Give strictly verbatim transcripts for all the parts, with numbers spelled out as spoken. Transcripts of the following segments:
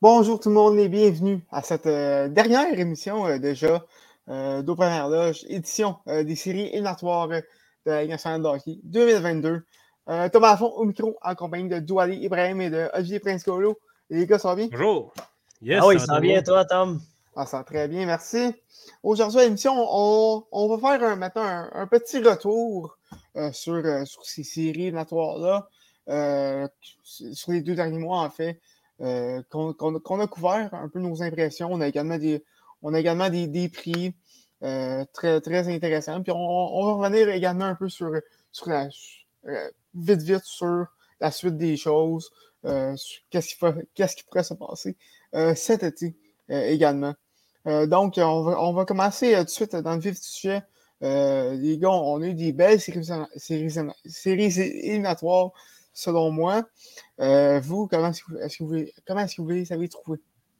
Bonjour tout le monde et bienvenue à cette euh, dernière émission euh, déjà euh, d'Aux Premières Loges, édition euh, des séries éliminatoires euh, de la Ligue nationale de hockey deux mille vingt-deux. Euh, Thomas Lafont au micro en compagnie de Douali Ibrahim et de Olivier Prince-Colo. Et les gars, ça va bien? Bonjour. Yes, ah oui, ça ça va bien, toi, Tom? Ah, ça va très bien, merci. Aujourd'hui à l'émission, on, on va faire un, maintenant un, un petit retour euh, sur, euh, sur ces séries éliminatoires-là, euh, sur les deux derniers mois en fait. Euh, qu'on, qu'on, qu'on a couvert un peu nos impressions. On a également des, on a également des, des prix euh, très, très intéressants. Puis on, on va revenir également un peu sur, sur la, euh, vite, vite sur la suite des choses. Euh, qu'est-ce, qui fa, qu'est-ce qui pourrait se passer euh, cet été euh, également. Euh, donc, on va, on va commencer euh, tout de suite dans le vif du sujet. Euh, les gars, on a eu des belles séries, séries, séries éliminatoires, selon moi. Euh, vous, comment est-ce que, est-ce que vous, comment est-ce que vous les avez trouvés?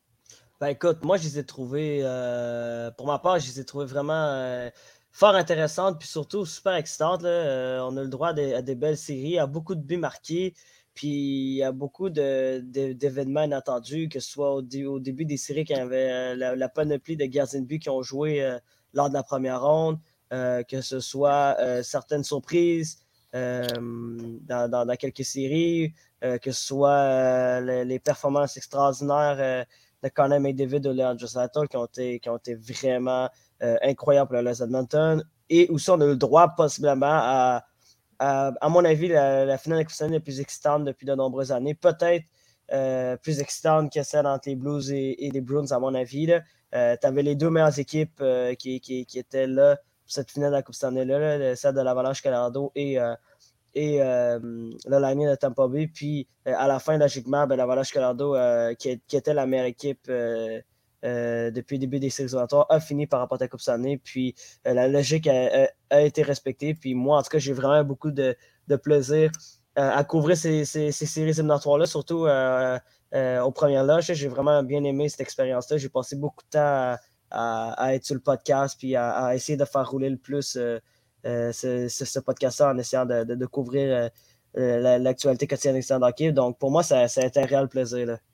Ben écoute, moi, je les ai trouvés, euh, pour ma part, je les ai trouvés vraiment euh, fort intéressantes, puis surtout super excitantes. Là. Euh, on a le droit à des, à des belles séries, à beaucoup de buts marqués, puis à beaucoup de, de, d'événements inattendus, que ce soit au, au début des séries, quand il y avait la, la panoplie de gardiens de but qui ont joué euh, lors de la première ronde, euh, que ce soit euh, certaines surprises euh, dans, dans, dans quelques séries, euh, que ce soit euh, les, les performances extraordinaires euh, de Connor McDavid ou Leon Draisaitl qui ont été, qui ont été vraiment euh, incroyables pour le Edmonton. Et aussi, on a eu le droit possiblement à, à, à mon avis, la, la finale de la plus excitante depuis de nombreuses années. Peut-être euh, plus excitante que celle entre les Blues et, et les Bruins, à mon avis. Euh, tu avais les deux meilleures équipes euh, qui, qui, qui étaient là pour cette finale de la Coupe Stanley-là, là, celle de l'Avalanche Colorado et euh, et euh, le Lightning de Tampa Bay. Puis euh, à la fin, logiquement, ben, l'Avalanche Colorado, euh, qui, qui était la meilleure équipe euh, euh, depuis le début des séries éliminatoires, a fini par remporter la Coupe Stanley. Puis euh, la logique a, a, a été respectée. Puis moi, en tout cas, j'ai vraiment beaucoup de, de plaisir euh, à couvrir ces, ces, ces séries éliminatoires-là, surtout euh, euh, aux premières loges. J'ai vraiment bien aimé cette expérience-là. J'ai passé beaucoup de temps à, à, à être sur le podcast puis à, à essayer de faire rouler le plus euh, Euh, ce, ce, ce podcast-là en essayant de, de, de couvrir euh, la, l'actualité quotidienne de hockey. Donc, pour moi, ça, ça a été un réel plaisir. Là.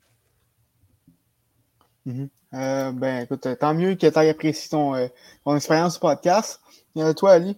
Mm-hmm. Euh, ben, écoute, tant mieux que tu aies apprécié ton, euh, ton expérience du podcast. Euh, toi, Ali?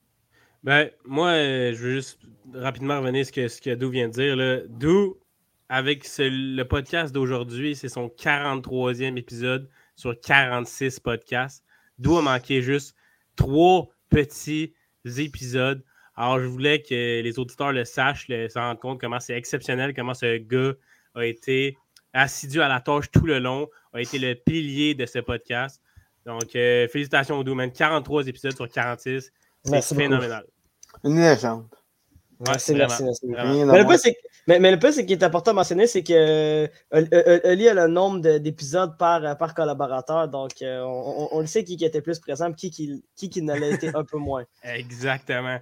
Ben, moi, euh, je veux juste rapidement revenir sur ce que, ce que Dou vient de dire. Là. Dou, avec ce, le podcast d'aujourd'hui, c'est son quarante-troisième épisode sur quarante-six podcasts. Dou a manqué juste trois petits épisodes. Alors, je voulais que les auditeurs le sachent, le, se rendent compte comment c'est exceptionnel, comment ce gars a été assidu à la tâche tout le long, a été le pilier de ce podcast. Donc, euh, félicitations au Dou, man. quarante-trois épisodes sur quarante-six. C'est merci phénoménal. Beaucoup. Une légende. Merci, ouais, merci, merci. Rien mais, le peu, c'est, mais, mais le peu, c'est qui est important à mentionner, c'est que euh, Oli a le nombre de, d'épisodes par, par collaborateur, donc euh, on, on, on le sait qui, qui était plus présent, qui qui, qui, qui ne l'a été un peu moins. Exactement.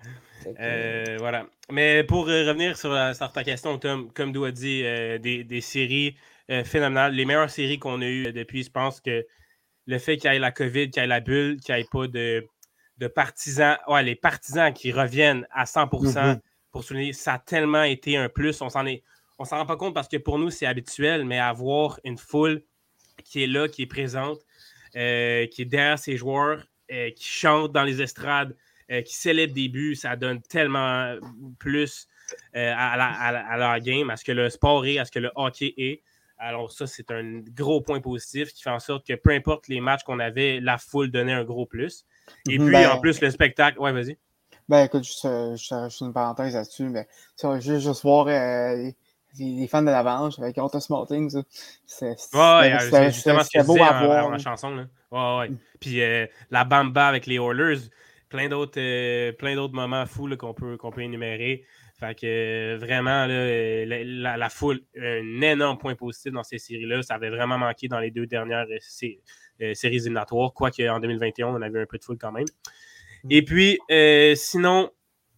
Euh, voilà. Mais pour euh, revenir sur, la, sur ta question, Tom, comme Dou a dit, euh, des, des séries euh, phénoménales, les meilleures séries qu'on a eues depuis, je pense que le fait qu'il y ait la COVID, qu'il y ait la bulle, qu'il n'y ait pas de, de partisans, ouais, les partisans qui reviennent à cent pour cent mm-hmm. pour souligner, ça a tellement été un plus. On s'en est, on s'en rend pas compte parce que pour nous, c'est habituel, mais avoir une foule qui est là, qui est présente, euh, qui est derrière ses joueurs, euh, qui chante dans les estrades, euh, qui célèbre des buts, ça donne tellement plus euh, à, la, à, la, à leur game, à ce que le sport est, à ce que le hockey est. Alors ça, c'est un gros point positif qui fait en sorte que peu importe les matchs qu'on avait, la foule donnait un gros plus. Et puis, ben, en plus, le spectacle... Ouais, vas-y. Ben, écoute, juste, euh, juste une parenthèse là-dessus, mais ça va juste, juste voir euh, les, les fans de l'Avalanche avec Otis Martin, ça. C'est, c'est, ouais, ouais, c'est, c'est justement c'est, ce que beau je disais à voir. En, en chanson. Là. Ouais, ouais. Mm. Puis euh, la Bamba avec les Oilers, plein d'autres, euh, plein d'autres moments fous là, qu'on, peut, qu'on peut énumérer. Fait que euh, vraiment, là, la, la, la foule, un énorme point positif dans ces séries-là. Ça avait vraiment manqué dans les deux dernières euh, sé- euh, séries éliminatoires, quoique en deux mille vingt et un, on avait un peu de foule quand même. Mm. Et puis, euh, sinon,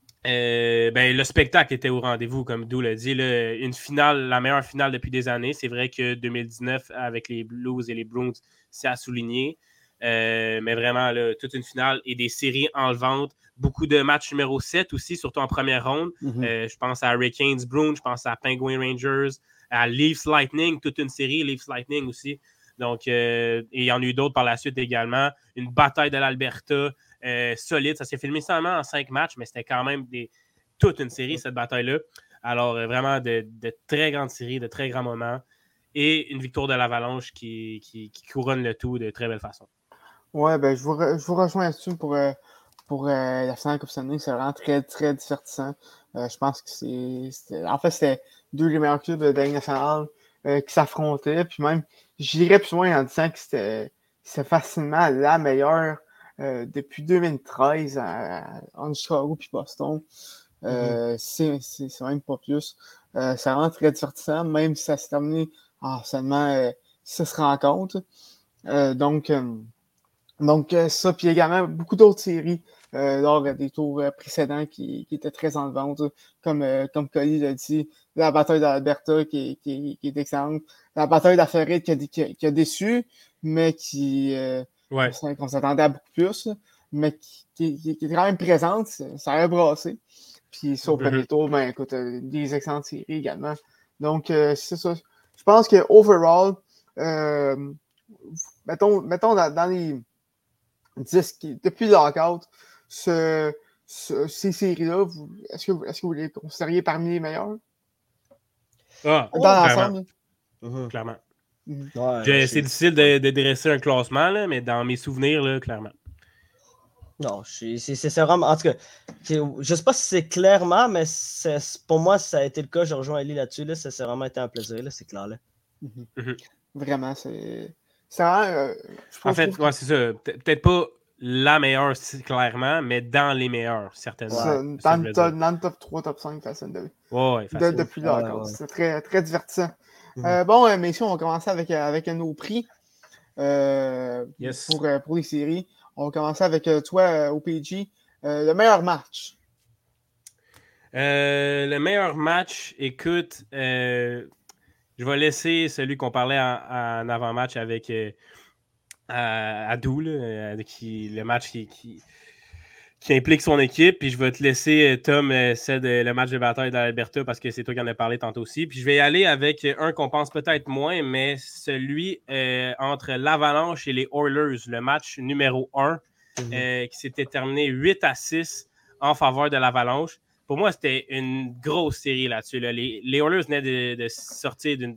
euh, ben, le spectacle était au rendez-vous, comme Dou l'a dit. Là, une finale, la meilleure finale depuis des années. C'est vrai que deux mille dix-neuf, avec les Blues et les Bruins, c'est à souligner. Euh, mais vraiment, là, toute une finale et des séries enlevantes. Beaucoup de matchs numéro sept aussi, surtout en première ronde. Mm-hmm. Euh, je pense à Hurricanes Bruins, je pense à Penguins Rangers, à Leafs Lightning, toute une série, Leafs Lightning aussi. Donc, euh, et il y en a eu d'autres par la suite également. Une bataille de l'Alberta euh, solide. Ça s'est filmé seulement en cinq matchs, mais c'était quand même des, toute une série, cette bataille-là. Alors, euh, vraiment, de, de très grandes séries, de très grands moments. Et une victoire de l'Avalanche qui, qui, qui couronne le tout de très belle façon. Ouais, ben, je vous, re- je vous rejoins là-dessus pour, euh, pour euh, la finale Coupe Stanley. C'est vraiment très, très divertissant. Euh, je pense que c'est. c'était- En fait, c'était deux des meilleurs clubs de la Ligue nationale euh, qui s'affrontaient. Puis même, j'irais plus loin en disant que c'était, c'était facilement la meilleure euh, depuis deux mille treize à, à, en Chicago puis Boston. Euh, c'est, c'est, c'est même pas plus. Euh, c'est vraiment très divertissant, même si ça s'est terminé en seulement euh, six rencontres. Euh, donc, euh, donc euh, ça, puis également beaucoup d'autres séries euh, lors des tours euh, précédents qui, qui étaient très en vente, comme, euh, comme Colly l'a dit, la bataille d'Alberta qui, qui, qui est excellente, la bataille d'Affairide qui a, qui, qui a déçu, mais qui euh, Ouais. qu'on s'attendait à beaucoup plus, mais qui, qui, qui, qui est quand même présente, ça a brassé. Puis ça, au premier Mm-hmm. tour, ben écoute, euh, des excellentes séries également. Donc, euh, c'est ça. Je pense que overall, euh, mettons, mettons dans, dans les dix qui, depuis le lockout, ce, ce, ces séries-là, vous, est-ce, que, est-ce que vous les considériez parmi les meilleures? Ah, Dans clairement. l'ensemble? Mhm. Clairement. Mhm. Ouais, Je- je- c'est difficile de, de dresser un classement, là, mais dans mes souvenirs, là, clairement. Non, je- c'est c'est- c'est vraiment. En tout cas, c'est- je sais pas si c'est clairement, mais c'est- pour moi, ça a été le cas. Je rejoins Ali là-dessus. Là, ça a vraiment été un plaisir, là, c'est clair. Là. Mhm. Mhm. Vraiment, c'est. C'est vraiment. euh, je En trouve, fait, trouve que ouais, c'est ça. Pe- Peut-être pas la meilleure, si- clairement, mais dans les meilleures, certainement. ça, Ouais. C'est ça dans, que je le voulais top, dire. dans le top trois, top cinq, facile de, Ouais, ouais, de- facile. depuis le Ouais, lockout. ouais. C'est très, très divertissant. Mhm. Euh, bon, euh, messieurs, on va commencer avec, euh, avec euh, nos prix euh, Yes. pour, euh, pour les séries. On va commencer avec euh, toi, euh, O P G. Euh, le meilleur match. Euh, le meilleur match, écoute, euh, je vais laisser celui qu'on parlait en, en avant-match avec euh, à- Adou, là, euh, qui, le match qui, qui, qui implique son équipe. Puis je vais te laisser, euh, Tom, euh, cède euh, le match de bataille d'Alberta parce que c'est toi qui en as parlé tantôt aussi. Puis je vais y aller avec un qu'on pense peut-être moins, mais celui euh, entre l'Avalanche et les Oilers, le match numéro un, Mhm. euh, qui s'était terminé huit à six en faveur de l'Avalanche. Pour moi, c'était une grosse série là-dessus. Là. Les, les Oilers venaient de, de sortir d'une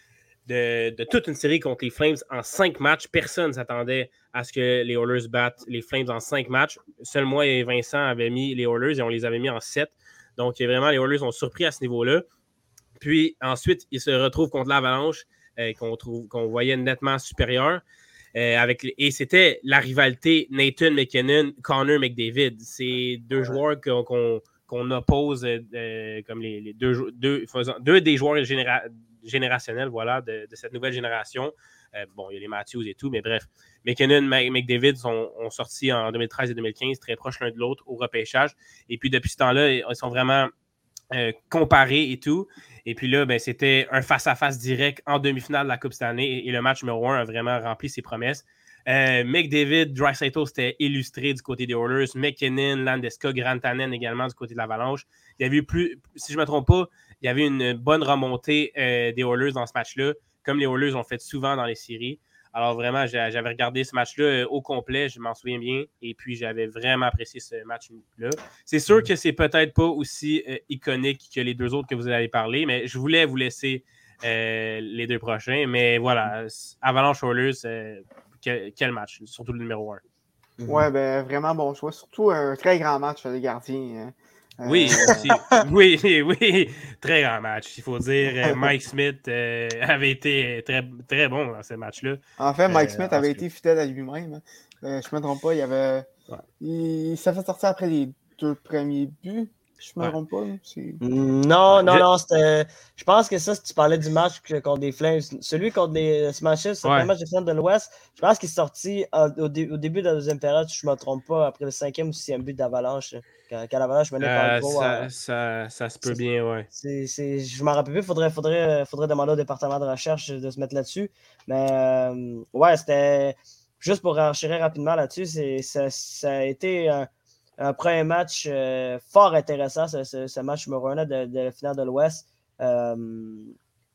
De, de toute une série contre les Flames en cinq matchs. Personne ne s'attendait à ce que les Oilers battent les Flames en cinq matchs. Seul moi et Vincent avaient mis les Oilers et on les avait mis en sept. Donc, vraiment, les Oilers ont surpris à ce niveau-là. Puis, ensuite, ils se retrouvent contre l'Avalanche euh, qu'on, trouve, qu'on voyait nettement supérieur. Euh, avec, et c'était la rivalité Nathan McKinnon, Connor McDavid. C'est deux ouais. joueurs qu'on, qu'on, qu'on oppose euh, comme les, les deux, deux, faisant, deux des joueurs généra- générationnels voilà, de, de cette nouvelle génération. Euh, bon, il y a les Matthews et tout, mais bref. McKinnon et McDavid sont, ont sorti en deux mille treize et deux mille quinze, très proches l'un de l'autre au repêchage. Et puis depuis ce temps-là, ils sont vraiment euh, comparés et tout. Et puis là, ben, c'était un face-à-face direct en demi-finale de la Coupe cette année et, et le match numéro un a vraiment rempli ses promesses. Euh, McDavid, Draisaitl, c'était illustré du côté des Oilers. McKinnon, Landeskog, Rantanen également du côté de l'Avalanche. Il y avait eu plus, si je ne me trompe pas, il y avait une bonne remontée euh, des Oilers dans ce match-là, comme les Oilers ont fait souvent dans les séries. Alors vraiment, j'avais regardé ce match-là au complet, je m'en souviens bien, et puis j'avais vraiment apprécié ce match-là. C'est sûr que c'est peut-être pas aussi euh, iconique que les deux autres que vous avez parlé, mais je voulais vous laisser euh, les deux prochains. Mais voilà, Avalanche Oilers, euh, quel, quel match, surtout le numéro un. Ouais, ben vraiment bon choix. Surtout un très grand match des gardiens. Euh... Oui, aussi. oui, oui, très grand match. Il faut dire, Mike Smith euh, avait été très, très bon dans ce match-là. En fait, Mike euh, Smith avait été fidèle à lui-même. Euh, je ne me trompe pas, il avait. Ouais. Il, il s'est fait sortir après les deux premiers buts. Je me ouais. trompe pas. C'est... Non, ouais, non, je... non, c'était. Je pense que ça, si tu parlais du match contre les Flames, celui contre les Smashers, c'est ouais. un match de finale de l'Ouest. Je pense qu'il est sorti au, dé... au début de la deuxième période, si je ne me trompe pas, après le cinquième ou sixième but d'Avalanche. Quand, quand l'Avalanche menait euh, par le gros. Ça, euh... ça, ça se peut c'est... bien, ouais. C'est, c'est... Je ne m'en rappelle plus, il faudrait, faudrait, faudrait demander au département de recherche de se mettre là-dessus. Mais euh, ouais, c'était. Juste pour enchérir rapidement là-dessus, c'est... Ça, ça a été un. Un premier match euh, fort intéressant, ce, ce, ce match numéro un de, de la finale de l'Ouest. Euh,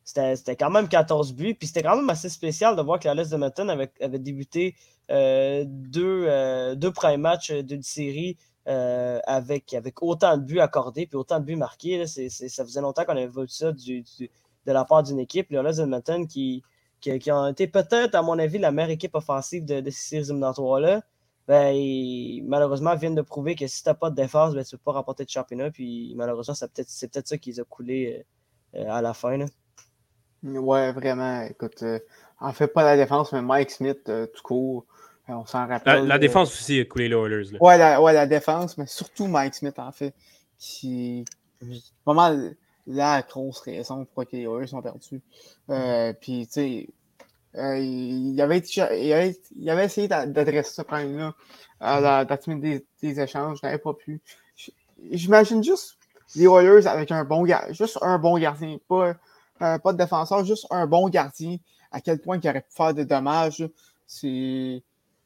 c'était, c'était quand même quatorze buts. Puis c'était quand même assez spécial de voir que la Leste d'Edmonton avait, avait débuté euh, deux, euh, deux premiers matchs d'une série euh, avec, avec autant de buts accordés puis autant de buts marqués. Là. C'est, c'est, ça faisait longtemps qu'on avait vu ça du, du, de la part d'une équipe. La Leste d'Edmonton qui, qui, qui ont été peut-être, à mon avis, la meilleure équipe offensive de, de ces séries éliminatoires-là. Ben, ils, malheureusement, viennent de prouver que si tu n'as pas de défense, ben, tu ne peux pas remporter de championnat. Puis malheureusement, c'est peut-être, c'est peut-être ça qui les a coulés euh, à la fin. Là. Ouais, vraiment. Écoute, euh, en fait, pas la défense, mais Mike Smith, euh, tout court. Euh, on s'en rappelle. La, la euh, défense aussi a coulé les Oilers. Là. Ouais, la, ouais, la défense, mais surtout Mike Smith, en fait, qui est vraiment la grosse raison pourquoi les Oilers sont perdus. Euh, Puis, tu sais, euh, il, avait été, il, avait, il avait essayé d'adresser ce problème-là à d'attimer des, des échanges, n'avait pas pu. J'imagine juste les Oilers avec un bon gardien, juste un bon gardien, pas, euh, pas de défenseur, juste un bon gardien, à quel point il aurait pu faire de dommages. C'est.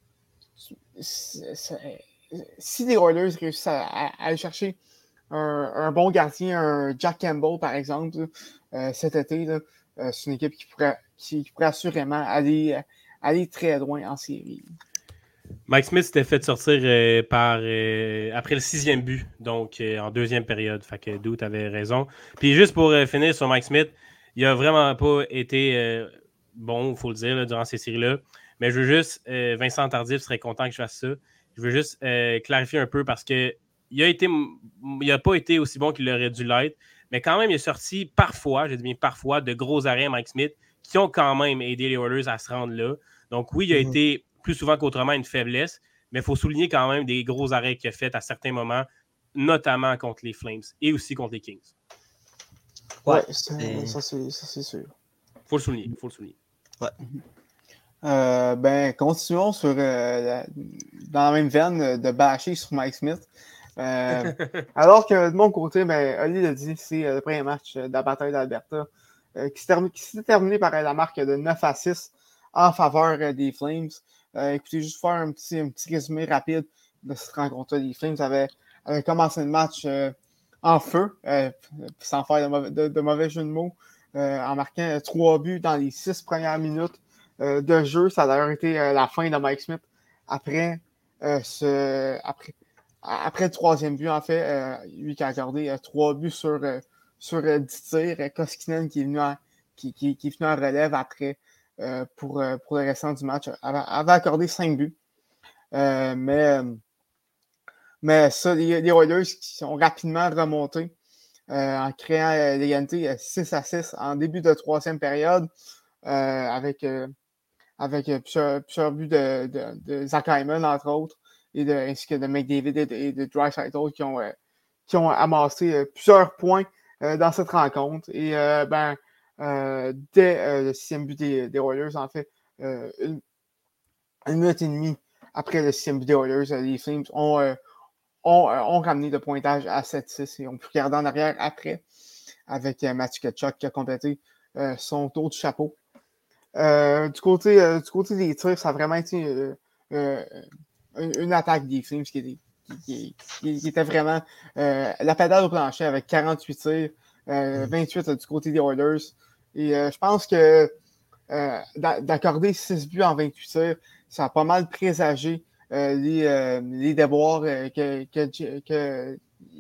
c'est, c'est si les Oilers réussissent à, à, à aller chercher un, un bon gardien, un Jack Campbell, par exemple, euh, cet été, là, euh, c'est une équipe qui pourrait, qui, qui pourrait assurément aller, aller très loin en série. Mike Smith s'était fait sortir euh, par euh, après le sixième but, donc euh, en deuxième période. Fait que Doute avait raison. Puis juste pour euh, finir sur Mike Smith, il a vraiment pas été euh, bon, il faut le dire, là, durant ces séries-là. Mais je veux juste, euh, Vincent Tardif serait content que je fasse ça. Je veux juste euh, clarifier un peu parce que il a été, il a pas été aussi bon qu'il aurait dû l'être, mais quand même, il a sorti parfois, je dis bien parfois, de gros arrêts Mike Smith qui ont quand même aidé les Oilers à se rendre là. Donc oui, il a mm-hmm. été plus souvent qu'autrement une faiblesse, mais il faut souligner quand même des gros arrêts qu'il a fait à certains moments, notamment contre les Flames et aussi contre les Kings. Ouais, ouais c'est... Ça, c'est, ça c'est sûr. Il faut le souligner, il faut le souligner. Ouais. Euh, ben, continuons sur, euh, la, dans la même veine de bâcher sur Mike Smith. Euh, alors que de mon côté, ben, Oli l'a dit, c'est le premier match de la bataille d'Alberta euh, qui, qui s'est terminé par la marque de neuf à six en faveur euh, des Flames. Euh, écoutez, juste faire un petit, un petit résumé rapide de cette rencontre-là. Les Flames avaient, avaient commencé le match euh, en feu, euh, sans faire de mauvais, de, de mauvais jeu de mots, euh, en marquant trois buts dans les six premières minutes euh, de jeu. Ça a d'ailleurs été euh, la fin de Mike Smith après, euh, ce, après, après le troisième but, en fait. Euh, lui qui a accordé euh, trois buts sur, euh, sur euh, dix tirs. Euh, Koskinen qui est venu en, qui, qui, qui est venu en relève après. Euh, pour, euh, pour le restant du match, avait, avait accordé cinq buts. Euh, mais, mais ça, les, les Oilers qui sont rapidement remontés euh, en créant euh, l'égalité six à six en début de troisième période euh, avec, euh, avec plusieurs, plusieurs buts de, de, de Zach Hyman, entre autres, et de, ainsi que de McDavid et de, et de Draisaitl qui ont, euh, qui ont amassé euh, plusieurs points euh, dans cette rencontre. Et euh, ben, Euh, dès euh, le sixième but des, des Oilers, en fait, euh, une, une minute et demie après le sixième but des Oilers, euh, les Flames ont, euh, ont, euh, ont ramené le pointage à sept six et ont pu regarder en arrière après avec euh, Matthew Tkachuk qui a complété euh, son tour du chapeau. Euh, du, côté, euh, du côté des tirs, ça a vraiment été euh, euh, une, une attaque des Flames qui était, qui, qui, qui était vraiment euh, la pédale au plancher avec quarante-huit tirs, euh, vingt-huit euh, du côté des Oilers. Et euh, je pense que euh, d'accorder six buts en vingt-huit tirs, ça a pas mal présagé euh, les, euh, les déboires euh, que, que, que,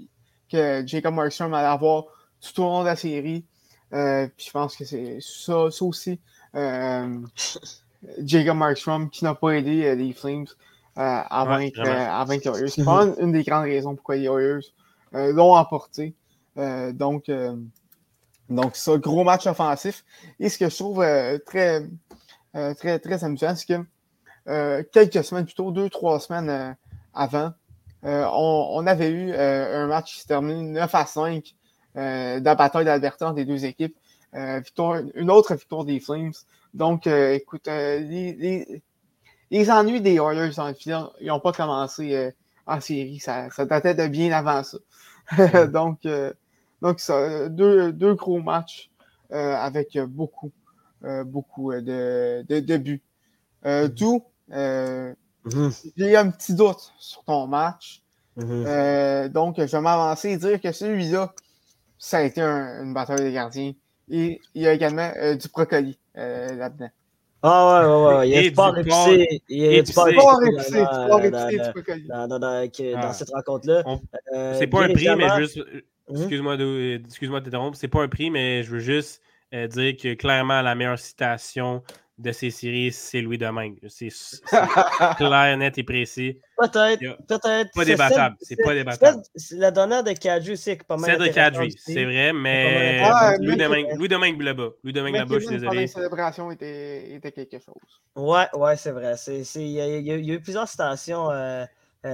que Jacob Markstrom allait avoir tout au long de la série. Euh, puis je pense que c'est ça, ça aussi. Euh, Jacob Markstrom qui n'a pas aidé euh, les Flames euh, à, ouais, vaincre, euh, à vaincre les Oilers. C'est pas une, une des grandes raisons pourquoi les Oilers euh, l'ont emporté. Euh, donc, euh, Donc, ça, gros match offensif. Et ce que je trouve euh, très, euh, très, très amusant, c'est que euh, quelques semaines plus tôt, deux, trois semaines euh, avant, euh, on, on avait eu euh, un match qui s'est terminé neuf à cinq euh, dans la bataille d'Alberta entre les deux équipes. Euh, victoire, une autre victoire des Flames. Donc, euh, écoute, euh, les, les, les ennuis des Oilers dans le final, ils n'ont pas commencé euh, en série. Ça, ça datait de bien avant ça. Donc, euh, Donc, ça, deux, deux gros matchs euh, avec beaucoup, euh, beaucoup de, de, de buts. Euh, mm-hmm. D'où, euh, mm-hmm. j'ai un petit doute sur ton match. Mm-hmm. Euh, donc, je vais m'avancer et dire que celui-là, ça a été un, une bataille de gardiens Et il y a également euh, du brocoli euh, là-dedans. Ah ouais, ouais, ouais. Il y a Et du porc du épicé. Il y a du épicé. porc Du porc épicé épicé, du dans, porc dans, épicé et du dans, brocoli. dans, dans, dans, dans Ah. cette rencontre-là. On- Euh, C'est pas bien un prix, mais évidemment- juste. Excuse-moi de, excuse-moi de t'interrompre. C'est pas un prix, mais je veux juste euh, dire que clairement, la meilleure citation de ces séries, c'est Louis Domingue. C'est c'est clair, net et précis. Peut-être, Il y a- peut-être. Pas C'est débattable. celle- C'est pas c'est- débattable. c'est- c'est la dernière de Cadu aussi, qui est pas mal Celle de intéressante Kadri, aussi. c'est vrai, pas mal mais intéressant. Louis Ah, mais- Domingue, Louis Domingue là-bas. Louis Domingue Mais là-bas, je suis Kevin, pendant désolé. une célébration, était, était quelque chose. Ouais, ouais, c'est vrai. C'est, c'est, il, y a, il y a- il y a eu plusieurs citations euh,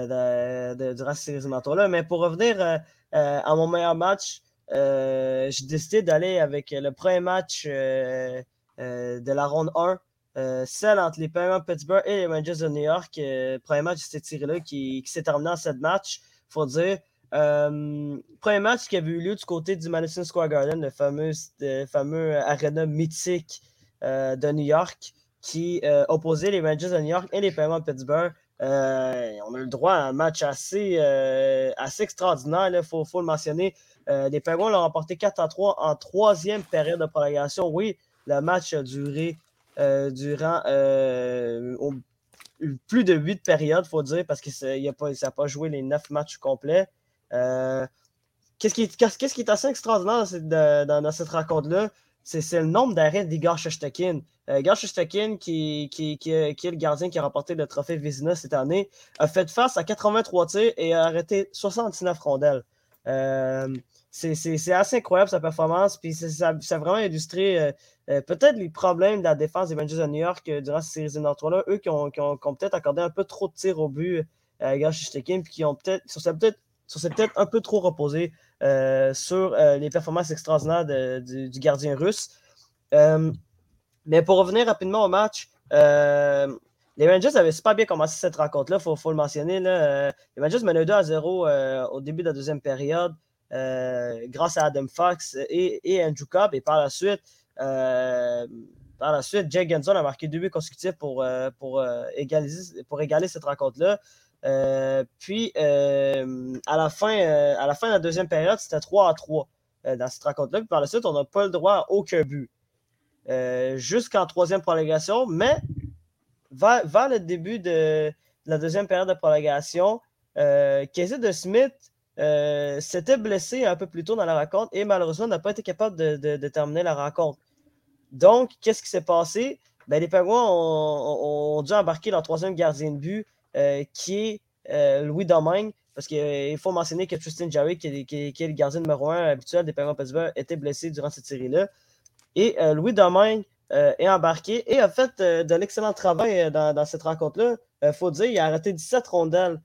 euh, de, de- durant ces éliminatoires-là. Mais pour revenir euh, euh, à mon meilleur match, euh, j'ai décidé d'aller avec le premier match euh, euh, de la ronde un, euh, celle entre les Penguins de Pittsburgh et les Rangers de New York. Euh, premier match de cette série-là qui, qui s'est terminé en sept matchs, il faut dire. Euh, premier match qui avait eu lieu du côté du Madison Square Garden, le fameux, le fameux aréna mythique euh, de New York, qui euh, opposait les Rangers de New York et les Penguins de Pittsburgh. Euh, on a eu le droit à un match assez, euh, assez extraordinaire, il faut, faut le mentionner. Euh, les Penguins l'ont remporté quatre à trois en troisième période de prolongation. Oui, le match a duré euh, durant euh, au, plus de huit périodes, il faut dire, parce que ça n'a pas joué les neuf matchs complets. Euh, qu'est-ce, qui est, qu'est-ce qui est assez extraordinaire dans, dans, dans cette rencontre-là? C'est, c'est le nombre d'arrêts d'Igor Shesterkin. Euh, Igor Shesterkin, qui, qui, qui, qui est le gardien qui a remporté le trophée Vézina cette année, a fait face à quatre-vingt-trois tirs et a arrêté soixante-dix-neuf rondelles. Euh, c'est, c'est, c'est assez incroyable sa performance. Puis c'est, ça, ça a vraiment illustré euh, euh, peut-être les problèmes de la défense des Rangers de New York euh, durant ces séries éliminatoires-là. Eux qui ont, qui, ont, qui ont peut-être accordé un peu trop de tirs au but à Igor Shesterkin, puis qui ont peut-être, sur peut-être, sur peut-être un peu trop reposé euh, sur euh, les performances extraordinaires de, du, du gardien russe. Euh, mais pour revenir rapidement au match, euh, les Rangers avaient super bien commencé cette rencontre-là, il faut, faut le mentionner. Là. Euh, les Rangers menaient deux à zéro euh, au début de la deuxième période euh, grâce à Adam Fox et, et Andrew Cobb. Et par la suite, euh, par la suite, Jake Guentzel a marqué deux buts consécutifs pour, euh, pour, euh, égaliser, pour égaler cette rencontre-là. Euh, puis, euh, à, la fin, euh, à la fin de la deuxième période, c'était trois à trois euh, dans cette rencontre-là. Puis par la suite, on n'a pas le droit à aucun but. Euh, jusqu'en troisième prolongation, mais vers, vers le début de, de la deuxième période de prolongation, euh, Casey DeSmith euh, s'était blessé un peu plus tôt dans la rencontre et malheureusement n'a pas été capable de, de, de terminer la rencontre. Donc, qu'est-ce qui s'est passé? Ben, les Penguins ont, ont, ont dû embarquer leur troisième gardien de but, euh, qui est euh, Louis Domingue, parce qu'il euh, faut mentionner que Tristan Jarry, qui est, qui, est, qui est le gardien numéro un habituel des Penguins de Pittsburgh, était blessé durant cette série-là. Et euh, Louis Domingue euh, est embarqué et a fait euh, de l'excellent travail euh, dans, dans cette rencontre-là. Il euh, faut dire, il a arrêté dix-sept rondelles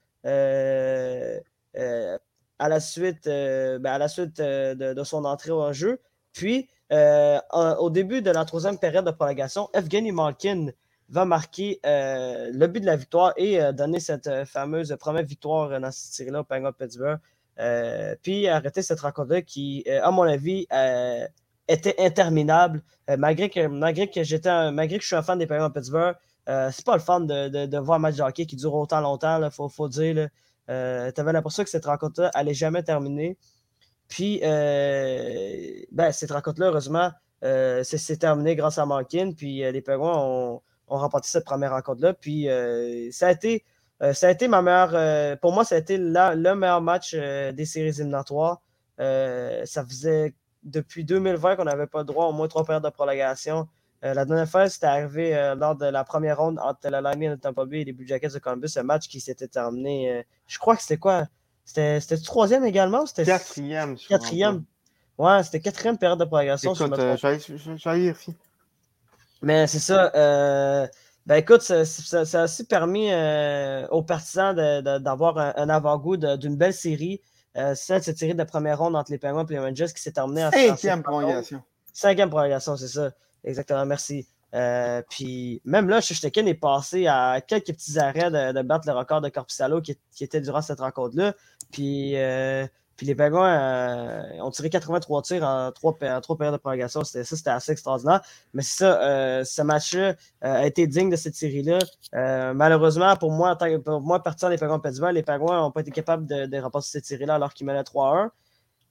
euh, euh, à la suite, euh, ben, à la suite euh, de, de son entrée en jeu. Puis, euh, au début de la troisième période de prolongation, Evgeny Malkin va marquer euh, le but de la victoire et euh, donner cette euh, fameuse première victoire dans cette série-là au Penguins de Pittsburgh. Euh, puis arrêter cette rencontre-là qui, euh, à mon avis, euh, était interminable. Euh, malgré, que, malgré, que j'étais un, malgré que je suis un fan des Penguins de Pittsburgh, euh, c'est pas le fun de, de, de voir un match de hockey qui dure autant longtemps, il faut, faut dire. Là. Euh, tu avais l'impression que cette rencontre-là allait jamais terminer. Puis, euh, ben, cette rencontre-là, heureusement, euh, c'est, c'est terminé grâce à Malkin. Puis, euh, les Penguins ont, ont remporté cette première rencontre-là. Puis, euh, ça, a été, euh, ça a été ma meilleure. Euh, pour moi, ça a été la, le meilleur match euh, des séries éliminatoires. Euh, ça faisait depuis deux mille vingt qu'on n'avait pas le droit au moins trois périodes de prolongation. Euh, la dernière fois, c'était arrivé euh, lors de la première ronde entre la Lightning de Tampa Bay et les Blue Jackets de Columbus, un match qui s'était terminé. Euh, je crois que c'était quoi? C'était, c'était troisième également? C'était quatrième. Quatrième. Ouais, c'était quatrième période de prolongation. Écoute, euh, j'allais, j'allais vérifier. Mais c'est ça. Euh, ben écoute, ça, ça, ça a aussi permis euh, aux partisans de, de, d'avoir un, un avant-goût de, d'une belle série. Euh, celle, cette série de première ronde entre les Penguins et les Rangers qui s'est terminée en cinquième prolongation. Cinquième prolongation, c'est ça. Exactement, merci. Euh, puis même là, Shesterkin est passé à quelques petits arrêts de, de battre le record de Korpisalo qui, qui était durant cette rencontre-là. Puis, euh, puis les Penguins euh, ont tiré quatre-vingt-trois tirs en trois, en trois périodes de prolongation. C'était, ça, c'était assez extraordinaire. Mais c'est ça, euh, ce match-là euh, a été digne de cette série-là. Euh, malheureusement, pour moi, en tant, pour moi, partant des Penguins de Pittsburgh, les Penguins n'ont pas été capables de, de remporter cette série-là alors qu'ils menaient trois à un.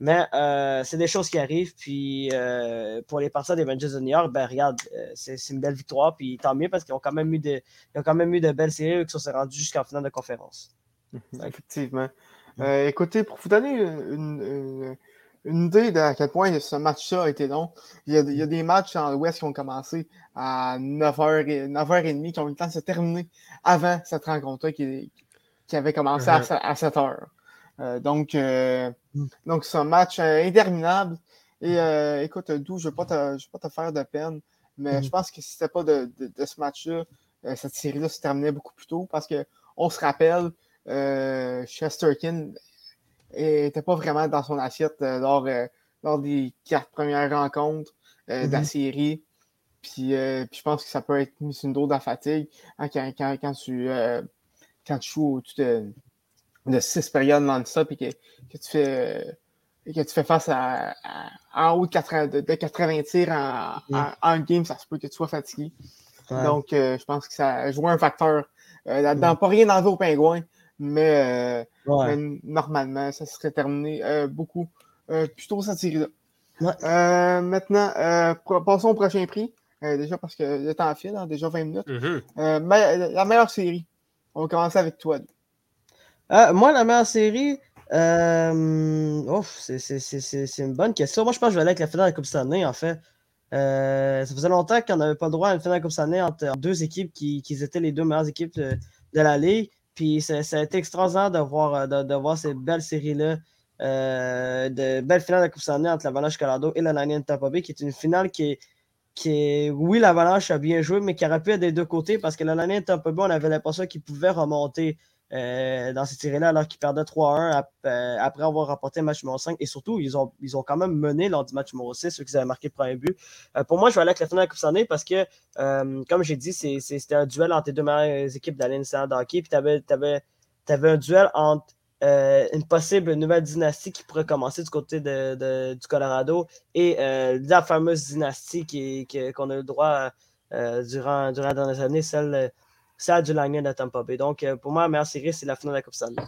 Mais euh, c'est des choses qui arrivent. Puis euh, pour les partisans des Rangers de New York, ben regarde, euh, c'est, c'est une belle victoire. Puis tant mieux parce qu'ils ont quand même eu de, ils ont quand même eu de belles séries qui se sont rendus jusqu'en finale de conférence. Effectivement. Euh, écoutez, pour vous donner une, une, une idée de à quel point ce match-là a été long, il y a, il y a des matchs dans l'Ouest qui ont commencé à neuf heures trente qui ont eu le temps de se terminer avant cette rencontre-là qui, qui avait commencé uh-huh. à, à sept heures. Euh, donc, euh, mm. donc, c'est un match euh, interminable. Et euh, écoute, Dou, je ne vais, vais pas te faire de peine, mais mm. je pense que si ce n'était pas de, de, de ce match-là, euh, cette série-là se terminait beaucoup plus tôt parce qu'on se rappelle, euh, Shesterkin n'était pas vraiment dans son assiette euh, lors, euh, lors des quatre premières rencontres euh, mm-hmm. de la série. Puis, euh, puis je pense que ça peut être mis sur une dose de fatigue hein, quand, quand, quand, tu, euh, quand tu joues tu te, de six périodes non-stop et que, que, tu, fais, euh, que tu fais face à, à en haut de, quatre-vingts, de, de quatre-vingts tirs en, mm. en, en game, ça se peut que tu sois fatigué. Ouais. Donc, euh, je pense que ça joue un facteur euh, là-dedans. Mm. Pas rien enlever aux Pingouins, mais, euh, ouais. mais normalement, ça serait terminé euh, beaucoup euh, plus tôt cette série-là. Ouais. Euh, maintenant, euh, passons au prochain prix. Euh, déjà parce que le temps file, hein, déjà vingt minutes. Mm-hmm. Euh, me- la meilleure série. On va commencer avec toi. Euh, moi, la meilleure série, euh... oh, c'est, c'est, c'est, c'est une bonne question. Moi, je pense que je vais aller avec la finale de la Coupe Stanley, en fait. Euh, ça faisait longtemps qu'on n'avait pas le droit à une finale de la Coupe Stanley entre, entre deux équipes qui, qui étaient les deux meilleures équipes de, de la Ligue. Puis ça, ça a été extraordinaire de voir, de, de voir ces belles séries-là, euh, de belles finales de la Coupe Stanley entre l'Avalanche Colorado et le Lightning de Tampa Bay, qui est une finale qui est, qui est, oui, l'Avalanche a bien joué, mais qui aurait pu être des deux côtés parce que le Lightning de Tampa Bay, on avait l'impression qu'il pouvait remonter Euh, dans cette série-là, alors qu'ils perdaient trois à un ap- euh, après avoir remporté le match numéro cinq. Et surtout, ils ont, ils ont quand même mené lors du match numéro six, ceux qui avaient marqué le premier but. Euh, pour moi, je vais aller avec la finale de la Coupe Stanley parce que, euh, comme j'ai dit, c'est, c'est, c'était un duel entre les deux meilleures équipes de la Ligue nationale de hockey. Puis tu avais un duel entre euh, une possible nouvelle dynastie qui pourrait commencer du côté de, de, du Colorado et euh, la fameuse dynastie qui, qui, qu'on a eu le droit euh, durant, durant les dernières années, celle celle du Lightning de Tampa Bay. Donc, euh, pour moi, la meilleure série, c'est la finale de la Coupe Stanley.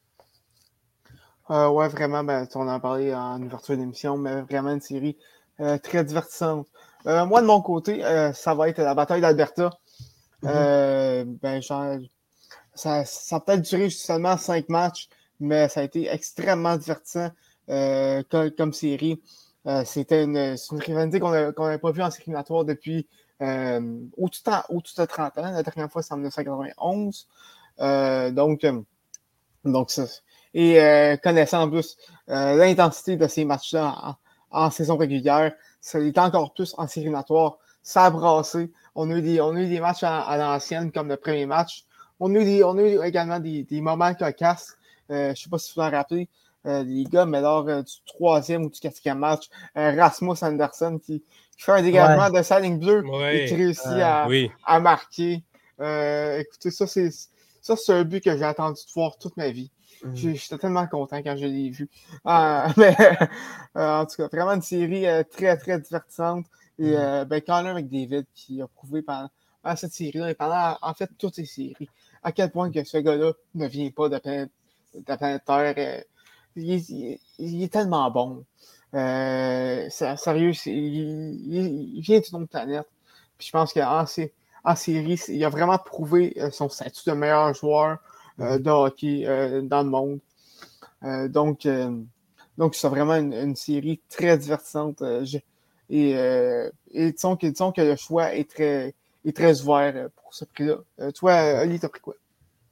Euh, ouais, vraiment, ben, on en a parlé en ouverture d'émission, mais vraiment une série euh, très divertissante. Euh, moi, de mon côté, euh, ça va être la bataille d'Alberta. Mm-hmm. Euh, ben, genre, ça, ça a peut-être duré seulement cinq matchs, mais ça a été extrêmement divertissant euh, comme, comme série. Euh, c'était une, c'est une rivalité qu'on n'avait pas vue en série éliminatoire depuis Euh, au-dessus de trente ans. La dernière fois, c'est en dix-neuf cent quatre-vingt-onze. Euh, donc, euh, donc ça. Et euh, connaissant en plus euh, l'intensité de ces matchs-là en, en saison régulière, ça l'est encore plus en série éliminatoire. Ça a brassé. On a eu des, on a eu des matchs à, à l'ancienne, comme le premier match. On a eu, des, on a eu également des, des moments cocasses. Euh, je ne sais pas si vous en rappelez, euh, les gars, mais lors euh, du troisième ou du quatrième match, euh, Rasmus Andersson qui, qui fait un dégagement ouais. de sa ligne bleue ouais. et qui réussit euh, à, oui. à marquer. Euh, écoutez, ça c'est, ça, c'est un but que j'ai attendu de voir toute ma vie. Mm. J'étais tellement content quand je l'ai vu. Euh, mais euh, en tout cas, vraiment une série euh, très, très divertissante. Et mm. euh, ben, Connor McDavid qui a prouvé pendant, pendant cette série-là et pendant, en fait, toutes ces séries, à quel point que ce gars-là ne vient pas de planète, de planète Terre. Euh, il, il, il est tellement bon. Euh, c'est, sérieux, c'est, il, il vient d'une autre planète. Puis je pense qu'en en série, il a vraiment prouvé son statut de meilleur joueur euh, de hockey euh, dans le monde. Euh, donc, euh, donc, c'est vraiment une, une série très divertissante. Euh, je, et, euh, et disons, que, disons que le choix est très, est très ouvert pour ce prix-là. Euh, toi, Oli, t'as pris quoi?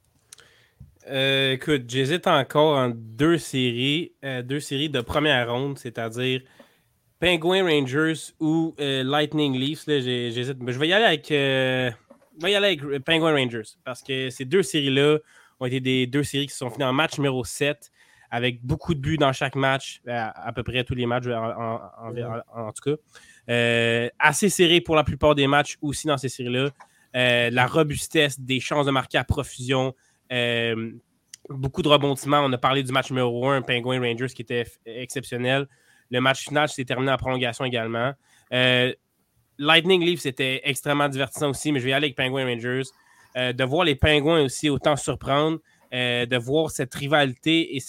Euh, écoute, j'hésite encore en deux séries, euh, deux séries de première ronde, c'est-à-dire Penguins Rangers ou euh, Lightning Leafs. Là, j'hésite, mais je vais y aller avec, euh, je vais y aller avec Penguins Rangers parce que ces deux séries-là ont été des deux séries qui sont finies en match numéro sept avec beaucoup de buts dans chaque match, à, à peu près tous les matchs en, en, en, en, en tout cas. Euh, assez serré pour la plupart des matchs aussi dans ces séries-là. Euh, la robustesse, des chances de marquer à profusion. Euh, beaucoup de rebondissements. On a parlé du match numéro un, Penguins Rangers, qui était f- exceptionnel. Le match final s'est terminé en prolongation également. Euh, Lightning Leafs, c'était extrêmement divertissant aussi, mais je vais y aller avec Penguins Rangers. Euh, de voir les Penguins aussi autant surprendre, euh, de voir cette rivalité et cette,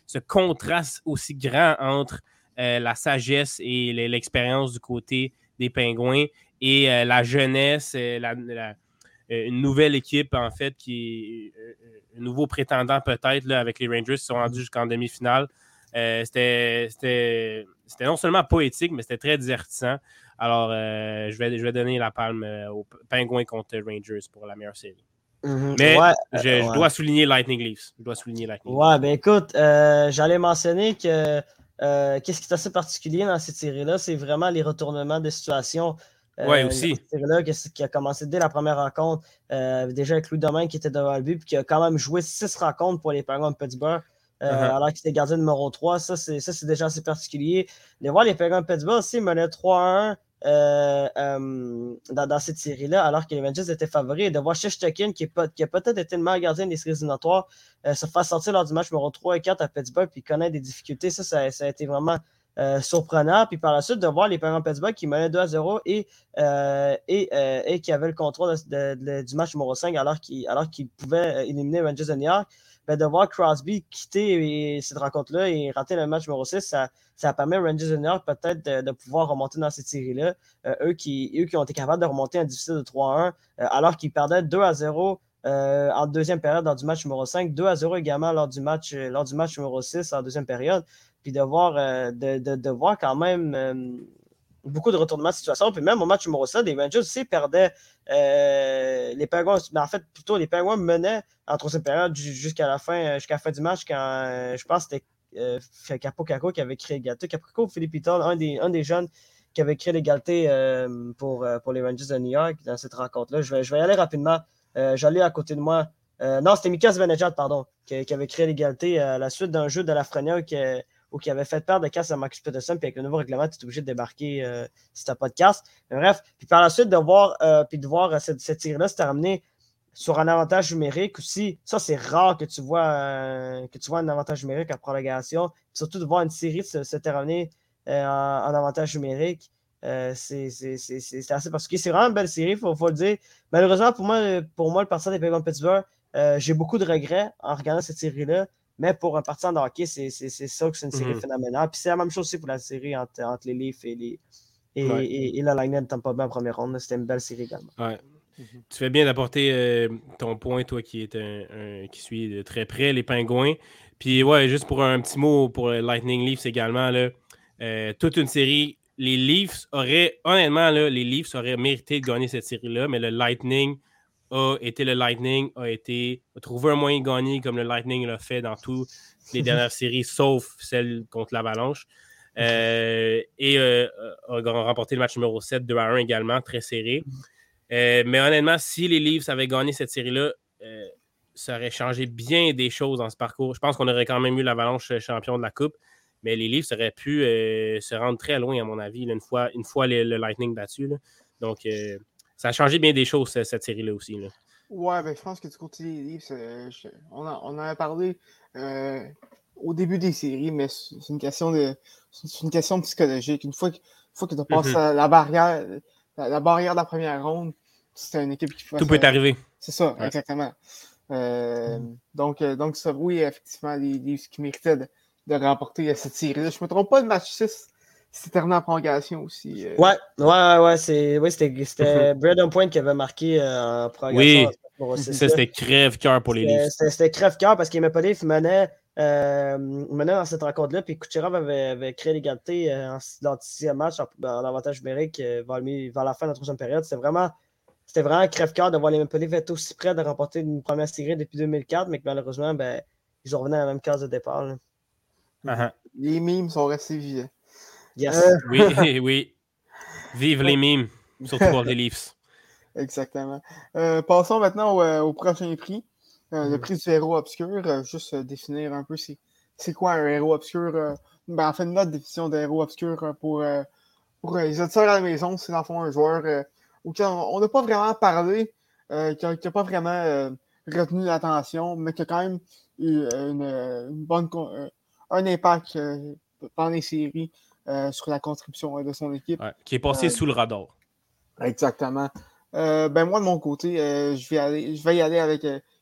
ce contraste aussi grand entre euh, la sagesse et l'expérience du côté des Pingouins et euh, la jeunesse, euh, la, la, euh, une nouvelle équipe, en fait, qui est euh, un nouveau prétendant peut-être là, avec les Rangers qui sont rendus jusqu'en demi-finale. Euh, c'était, c'était, c'était non seulement poétique, mais c'était très divertissant. Alors, euh, je, vais, je vais donner la palme euh, aux Pingouins contre Rangers pour la meilleure série. Mm-hmm. Mais ouais, je, euh, je ouais. dois souligner Lightning Leafs. Je dois souligner Lightning Ouais, Leafs. ben écoute, euh, j'allais mentionner que euh, qu'est-ce qui est assez particulier dans cette série-là, c'est vraiment les retournements de situation. Euh, oui, aussi. Cette série-là qui a commencé dès la première rencontre, euh, déjà avec Louis Domingue qui était devant le but, puis qui a quand même joué six rencontres pour les Penguins de Pittsburgh, euh, uh-huh. alors qu'il était gardien numéro trois. Ça, c'est, ça, c'est déjà assez particulier. De voir les Penguins de Pittsburgh aussi menaient trois à un. Euh, euh, dans, dans cette série-là, alors que les Rangers étaient favoris, et de voir Shesterkin, qui, qui a peut-être été le meilleur gardien des séries éliminatoires, euh, se faire sortir lors du match numéro trois et quatre à Pittsburgh, puis connaître des difficultés, ça, ça, ça a été vraiment euh, surprenant. Puis par la suite, de voir les Penguins de Pittsburgh qui menaient deux à zéro et, euh, et, euh, et qui avaient le contrôle de, de, de, du match numéro cinq, alors qu'ils alors qu'ils pouvaient éliminer les Rangers de New York. Ben, de voir Crosby quitter cette rencontre-là et rater le match numéro six, ça, ça permet aux Rangers de New York peut-être de, de pouvoir remonter dans cette série-là. Euh, eux, qui, eux qui ont été capables de remonter un difficile de trois à un, euh, alors qu'ils perdaient deux à zéro euh, en deuxième période lors du match numéro cinq, deux à zéro également lors du match, euh, lors du match numéro six en deuxième période. Puis de voir, euh, de, de, de voir quand même euh, beaucoup de retournements de situation. Puis même au match numéro sept, les Rangers aussi perdaient euh, les Penguins, mais en fait, plutôt les Penguins menaient en troisième période jusqu'à la fin, jusqu'à la fin du match, quand euh, je pense que c'était euh, Capo Caco qui avait créé l'égalité. Capo Caco, Philippe Itoll, un des, un des jeunes qui avait créé l'égalité euh, pour, euh, pour les Rangers de New York dans cette rencontre-là. Je vais, je vais y aller rapidement. Euh, j'allais à côté de moi. Euh, non, c'était Mika Zibanejad, pardon, qui, qui avait créé l'égalité à la suite d'un jeu de Lafrenière qui, ou qui avait fait perdre de casse à Marcus Pettersson, puis avec le nouveau règlement, tu es obligé de débarquer euh, si tu n'as pas de casse. Mais bref, puis par la suite, de voir, euh, puis de voir euh, cette, cette série-là se terminer sur un avantage numérique aussi. Ça, c'est rare que tu vois, euh, que tu vois un avantage numérique en prolongation. Puis surtout de voir une série se, se terminer euh, en, en avantage numérique. Euh, c'est, c'est, c'est, c'est assez particulier. C'est vraiment une belle série, il faut, faut le dire. Malheureusement, pour moi, pour moi le partisan des Penguins de Pittsburgh, euh, j'ai beaucoup de regrets en regardant cette série-là. Mais pour un partisan de hockey, c'est, c'est, c'est ça que c'est une série mm-hmm. phénoménale. Puis c'est la même chose aussi pour la série entre, entre les Leafs et, les, et, ouais. et, et la Lightning de Tampa Bay en première ronde. C'était une belle série également. Ouais. Mm-hmm. Tu fais bien d'apporter euh, ton point, toi qui est un, un, qui suis de très près les Pingouins. Puis ouais, juste pour un petit mot pour Lightning Leafs également, là, euh, toute une série. Les Leafs auraient, honnêtement, là, les Leafs auraient mérité de gagner cette série-là, mais le Lightning a été le Lightning, a été a trouvé un moyen de gagner comme le Lightning l'a fait dans toutes les dernières séries, sauf celle contre l'Avalanche. Euh, et euh, a remporté le match numéro sept, deux à un également, très serré. Euh, mais honnêtement, si les Leafs avaient gagné cette série-là, euh, ça aurait changé bien des choses dans ce parcours. Je pense qu'on aurait quand même eu l'Avalanche champion de la Coupe, mais les Leafs auraient pu euh, se rendre très loin, à mon avis, là, une fois, une fois les, le Lightning battu. Là. Donc, euh, ça a changé bien des choses, cette, cette série-là aussi. Là. Ouais, ben, je pense que du côté des Leafs, euh, je, on, en, on en a parlé euh, au début des séries, mais c'est une question de c'est une question psychologique. Une fois que, une fois que tu as passé mm-hmm. la barrière la, la barrière de la première ronde, c'est une équipe qui fait tout ça, peut arriver. C'est ça, ouais. Exactement. Euh, mm-hmm. Donc, euh, donc ça, oui, effectivement, les Leafs qui méritaient de, de remporter cette série-là. Je ne me trompe pas, le match six, c'était terminé en prolongation aussi. Euh... Ouais, ouais, ouais, c'est, ouais, c'était, c'était Braden Point qui avait marqué euh, en prolongation. Oui, ça, c'était crève-cœur pour les Leafs. C'était, c'était crève-cœur parce qu'il Maple Leafs menait, euh, menait dans cette rencontre-là, puis Kucherov avait, avait créé l'égalité euh, dans le sixième match en, en avantage numérique euh, vers, vers la fin de la troisième période. C'était vraiment, c'était vraiment crève-cœur de voir les Maple Leafs être aussi près de remporter une première série depuis deux mille quatre, mais que malheureusement, ben, ils ont revenu à la même case de départ. Là. Uh-huh. Les mimes sont restés vivants. Yes. Euh... Oui, oui. Vive les mimes, surtout pour les Leafs. Exactement. Euh, passons maintenant au, euh, au prochain prix. Euh, mm. Le prix du héros obscur. Euh, juste euh, définir un peu c'est, c'est quoi un héros obscur. Euh, ben, en fait, notre définition d'héros obscur euh, pour, euh, pour euh, les auditeurs à la maison, c'est dans le fond un joueur euh, auquel on n'a pas vraiment parlé, euh, qui n'a pas vraiment euh, retenu l'attention, mais qui a quand même eu une, une bonne, euh, un impact euh, dans les séries. Euh, sur la contribution euh, de son équipe. Ouais, qui est passé euh, sous le radar. Exactement. Euh, ben moi, de mon côté, euh, je, vais aller, je vais y aller avec euh,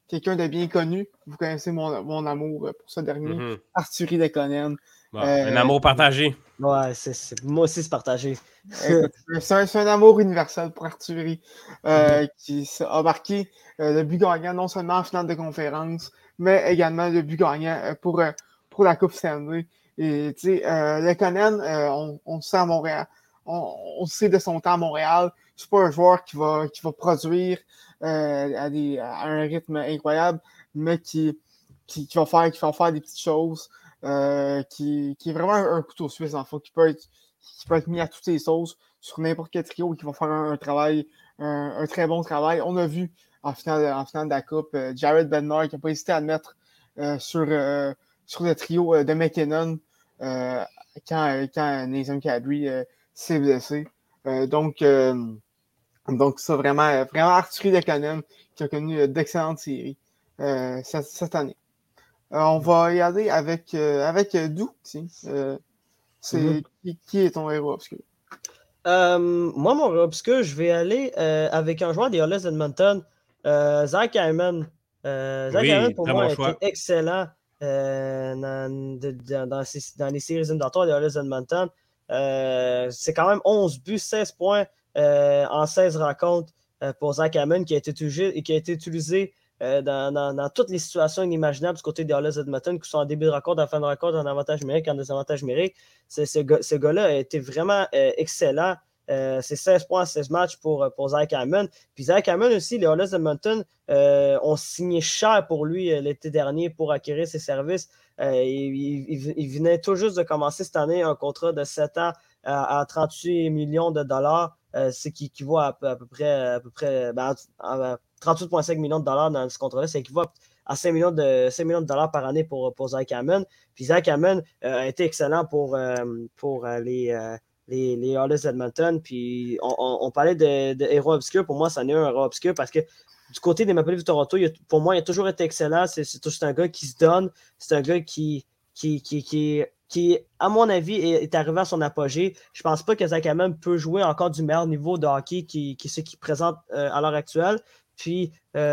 quelqu'un de bien connu. Vous connaissez mon, mon amour pour ce dernier, Mm-hmm. Arthurie Lekonen. Bon, euh, un amour partagé. Ouais, c'est, c'est, moi aussi, c'est partagé. Écoute, c'est, un, c'est un amour universel pour Arthurie euh, mm-hmm. qui a marqué euh, le but gagnant non seulement en finale de conférence, mais également le but gagnant euh, pour, euh, pour la Coupe Stanley. Et tu sais, euh, Lekonen, euh, on, on sait à Montréal, on, on sait de son temps à Montréal, c'est pas un joueur qui va, qui va produire euh, à, des, à un rythme incroyable, mais qui, qui, qui, va, faire, qui va faire des petites choses, euh, qui, qui est vraiment un, un couteau suisse, en fait, qui peut être qui peut être mis à toutes les sauces sur n'importe quel trio et qui va faire un, un travail, un, un très bon travail. On a vu en finale, en finale de la Coupe, euh, Jared Bednar qui n'a pas hésité à le mettre euh, sur, euh, sur le trio euh, de McKinnon euh, quand, quand Nathan Kadri euh, s'est blessé. Euh, donc, euh, donc, ça, vraiment, vraiment Arthurie Lekonen qui a connu euh, d'excellentes séries euh, cette, cette année. Euh, on va y aller avec, euh, avec euh, Dou. Euh, c'est mm-hmm. qui, qui est ton héros obscur? Euh, moi, mon héros obscur, je vais aller euh, avec un joueur des Oilers d'Edmonton, euh, Zach Hyman. Euh, Zach oui, Hyman, pour moi, a choix. été excellent euh, dans, de, dans, dans, ces, dans les séries éliminatoires des Oilers d'Edmonton. Euh, c'est quand même onze buts, seize points euh, en seize rencontres euh, pour Zach Hyman qui a été utilisé, qui a été utilisé euh, dans, dans, dans toutes les situations inimaginables du côté des Oilers d'Edmonton, qui sont en début de rencontre, en fin de rencontre, en avantage numérique, en désavantage numérique. C'est, ce, gars, ce gars-là a été vraiment euh, excellent. Euh, c'est seize points en seize matchs pour, pour Zach Hyman. Puis Zach Hyman aussi, les Oilers d'Edmonton euh, ont signé cher pour lui euh, l'été dernier pour acquérir ses services. Euh, il, il, il venait tout juste de commencer cette année un contrat de sept ans à, à trente-huit millions de dollars, euh, ce qui équivaut à, à peu près, à peu près ben, à, à trente-huit virgule cinq millions de dollars dans ce contrat-là. Ça équivaut à cinq millions de, cinq millions de dollars par année pour, pour Zach Hyman. Puis Zach Hyman euh, a été excellent pour, euh, pour euh, les, euh, les, les Oilers d'Edmonton. Puis on, on, on parlait de, de héros obscurs. Pour moi, ça en est un héros obscur parce que du côté des Maple Leafs de Toronto, il a, pour moi, il a toujours été excellent. C'est, c'est, c'est un gars qui se donne. C'est un gars qui, qui, qui, qui, qui à mon avis, est, est arrivé à son apogée. Je pense pas que Zach Hyman peut jouer encore du meilleur niveau de hockey qui, qui ce qu'il présente euh, à l'heure actuelle. Puis,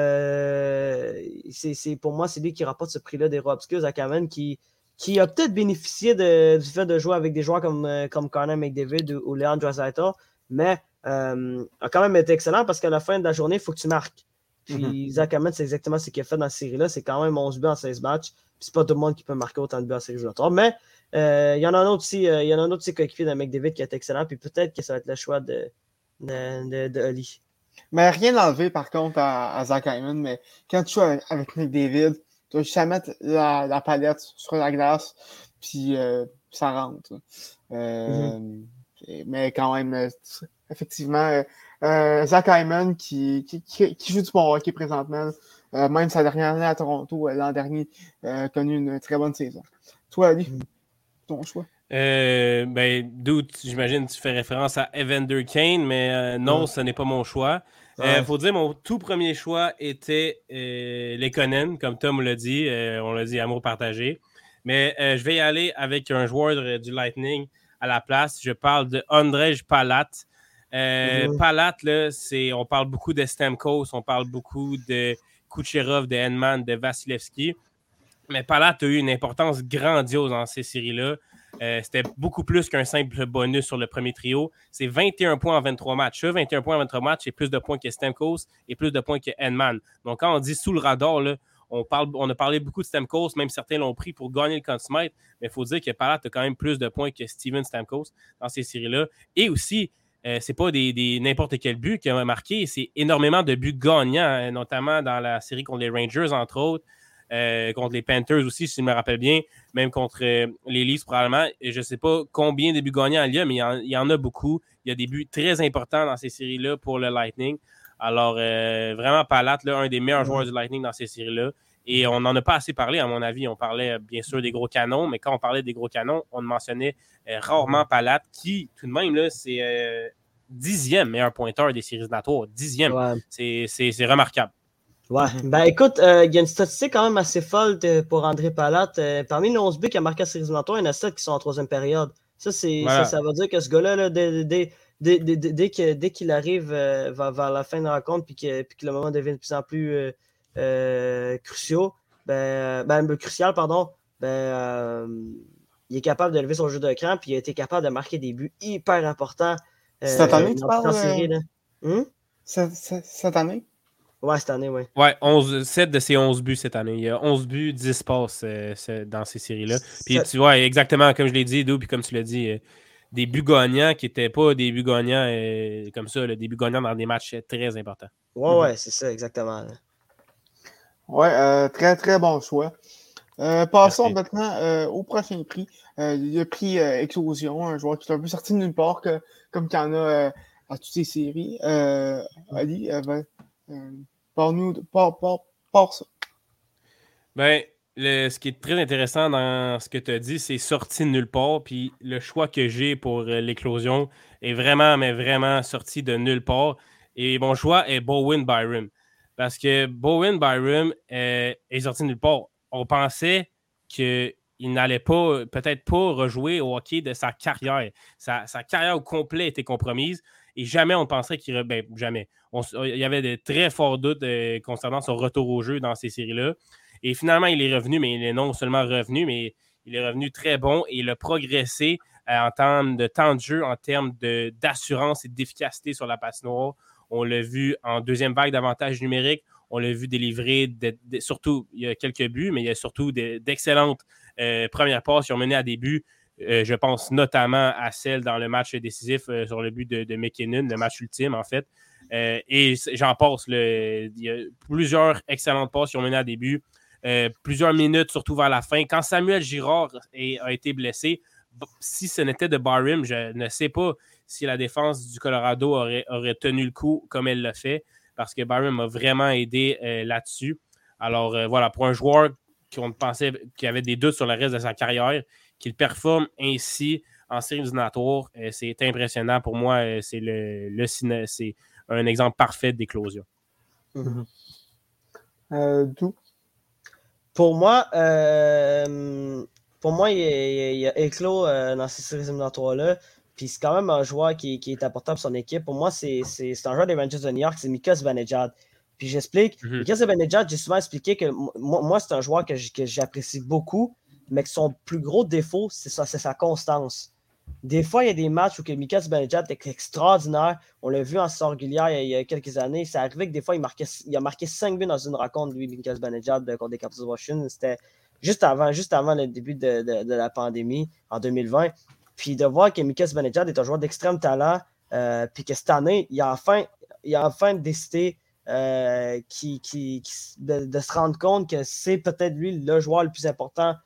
euh, c'est, c'est, pour moi, c'est lui qui rapporte ce prix-là des héros obscurs, Zach Hyman, qui, qui a peut-être bénéficié de, du fait de jouer avec des joueurs comme, comme Connor McDavid ou, ou Leon Draisaitl, mais euh, a quand même été excellent parce qu'à la fin de la journée, il faut que tu marques. Puis mm-hmm. Zach Hyman, c'est exactement ce qu'il a fait dans cette série-là. C'est quand même onze buts en seize matchs. Puis c'est pas tout le monde qui peut marquer autant de buts en série éliminatoire. Mais euh, il y en a un autre aussi, euh, il y en a un autre aussi coéquipier de McDavid qui est excellent. Puis peut-être que ça va être le choix de, de, de, de Oli. Mais rien enlevé par contre à, à Zach Hyman. Mais quand tu joues avec, avec McDavid, tu vas juste à mettre la, la palette sur la glace. Puis euh, ça rentre. Euh, mm-hmm. Mais quand même, effectivement, euh, Zach Hyman qui, qui, qui, qui joue du bon hockey présentement. Euh, même sa dernière année à Toronto, euh, l'an dernier, a euh, connu une très bonne saison. Toi, Ali, mm-hmm. ton choix? Euh, ben, Dude, j'imagine que tu fais référence à Evander Kane, mais euh, non, ouais. ce n'est pas mon choix. Il ouais. euh, faut dire, mon tout premier choix était euh, Lekonen, comme Tom l'a dit. Euh, on l'a dit, amour partagé. Mais euh, je vais y aller avec un joueur de, du Lightning à la place. Je parle de Ondrej Palat. Euh, mmh. Palat, là, c'est, on parle beaucoup de Stamkos, on parle beaucoup de Kucherov, de Hedman, de Vasilevski. Mais Palat a eu une importance grandiose dans ces séries-là. Euh, c'était beaucoup plus qu'un simple bonus sur le premier trio. C'est vingt et un points en vingt-trois matchs. Ça, vingt et un points en vingt-trois matchs, c'est plus de points que Stamkos et plus de points que Hedman. Donc, quand on dit sous le radar, là, on, parle, on a parlé beaucoup de Stamkos, même certains l'ont pris pour gagner le Conn Smythe, mais il faut dire que Palat a quand même plus de points que Steven Stamkos dans ces séries-là. Et aussi, euh, c'est pas des, des, n'importe quel but qu'il a marqué, c'est énormément de buts gagnants, notamment dans la série contre les Rangers, entre autres. Euh, contre les Panthers aussi, si je me rappelle bien, même contre euh, les Leafs probablement. Et je ne sais pas combien de buts gagnants il y a, mais il y, en, il y en a beaucoup. Il y a des buts très importants dans ces séries-là pour le Lightning. Alors, euh, vraiment, Palat, là, un des meilleurs mmh. joueurs du Lightning dans ces séries-là. Et on n'en a pas assez parlé, à mon avis. On parlait bien sûr des gros canons, mais quand on parlait des gros canons, on mentionnait euh, rarement Palat, qui, tout de même, là, c'est euh, dixième meilleur pointeur des séries éliminatoires. Dixième. Ouais. C'est, c'est, c'est remarquable. Ouais, ben écoute, il euh, y a une statistique quand même assez folle de, pour André Palat. Euh, parmi les onze buts qu'il a marqué à séries éliminatoires, il y en a sept qui sont en troisième période. Ça, c'est, voilà. ça, ça veut dire que ce gars-là, là, dès, dès, dès, dès, dès, que, dès qu'il arrive euh, vers, vers la fin de la rencontre, puis que, puis que le moment devient de plus en plus, euh, euh, cruciaux, ben, ben, crucial, pardon, ben, euh, il est capable de lever son jeu de cran, puis il a été capable de marquer des buts hyper importants Cette euh, année, tu dans parles? plusieurs séries. Euh, Là. Hum? cette, cette, cette année? Ouais, cette année, oui. Ouais, onze, sept de ses onze buts cette année. Il y a onze buts, dix passes euh, dans ces séries-là. Puis tu vois, exactement comme je l'ai dit, Edo, puis comme tu l'as dit, euh, des buts gagnants qui n'étaient pas des buts gagnants euh, comme ça, là, des buts gagnants dans des matchs très importants. Ouais, mm-hmm. ouais, c'est ça, exactement. Là. Ouais, euh, très, très bon choix. Euh, passons Merci. maintenant euh, au prochain prix. Euh, le prix euh, Explosion, un joueur qui est un peu sorti de nulle part, que, comme qu'il y en a euh, à toutes les séries. Euh, Ali, euh, ben, euh, parle-nous, par, par, par ça. Ben, le, ce qui est très intéressant dans ce que tu as dit, c'est sorti de nulle part. Puis le choix que j'ai pour euh, l'éclosion est vraiment, mais vraiment sorti de nulle part. Et mon choix est Bowen Byram. Parce que Bowen Byram euh, est sorti de nulle part. On pensait qu'il n'allait pas, peut-être pas rejouer au hockey de sa carrière. Sa, sa carrière au complet était compromise. Et jamais on pensait qu'il... Ben, jamais. On, il y avait de très forts doutes euh, concernant son retour au jeu dans ces séries-là. Et finalement, il est revenu, mais il est non seulement revenu, mais il est revenu très bon et il a progressé euh, en termes de temps de jeu, en termes de, d'assurance et d'efficacité sur la patinoire. On l'a vu en deuxième vague d'avantages numériques. On l'a vu délivrer, de, de, surtout, il y a quelques buts, mais il y a surtout de, d'excellentes euh, premières passes qui ont mené à des buts. Euh, je pense notamment à celle dans le match décisif euh, sur le but de, de McKinnon, le match ultime, en fait. Euh, et j'en passe. Le, il y a plusieurs excellentes passes qui ont mené à des buts. Euh, plusieurs minutes, surtout vers la fin. Quand Samuel Girard est, a été blessé, si ce n'était de Byram, je ne sais pas si la défense du Colorado aurait, aurait tenu le coup comme elle l'a fait, parce que Byram m'a vraiment aidé euh, là-dessus. Alors euh, voilà, pour un joueur qu'on pensait qui avait des doutes sur le reste de sa carrière, qu'il performe ainsi en séries éliminatoires, euh, c'est impressionnant pour moi. Euh, c'est, le, le, c'est un exemple parfait d'éclosion. Mm-hmm. Euh, d'où? Pour moi, euh, pour moi, il, il, il a éclos euh, dans ces séries éliminatoires-là. Puis c'est quand même un joueur qui, qui est important pour son équipe. Pour moi, c'est, c'est, c'est un joueur des Rangers de New York, c'est Mika Zibanejad. Puis j'explique. Mm-hmm. Mika Zibanejad, j'ai souvent expliqué que moi, moi c'est un joueur que, que j'apprécie beaucoup, mais que son plus gros défaut, c'est sa, c'est sa constance. Des fois, il y a des matchs où Mika Zibanejad est extraordinaire. On l'a vu en saison régulière il y, a, il y a quelques années. C'est arrivé que des fois, il, marquait, il a marqué cinq buts dans une rencontre, lui, Mika Zibanejad, contre les Capitals de Washington. C'était juste avant, juste avant le début de, de, de la pandémie, en deux mille vingt. Puis de voir que Mika Zibanejad est un joueur d'extrême talent, euh, puis que cette année, il a enfin, il a enfin décidé euh, qui, qui, qui, de, de se rendre compte que c'est peut-être lui le joueur le plus important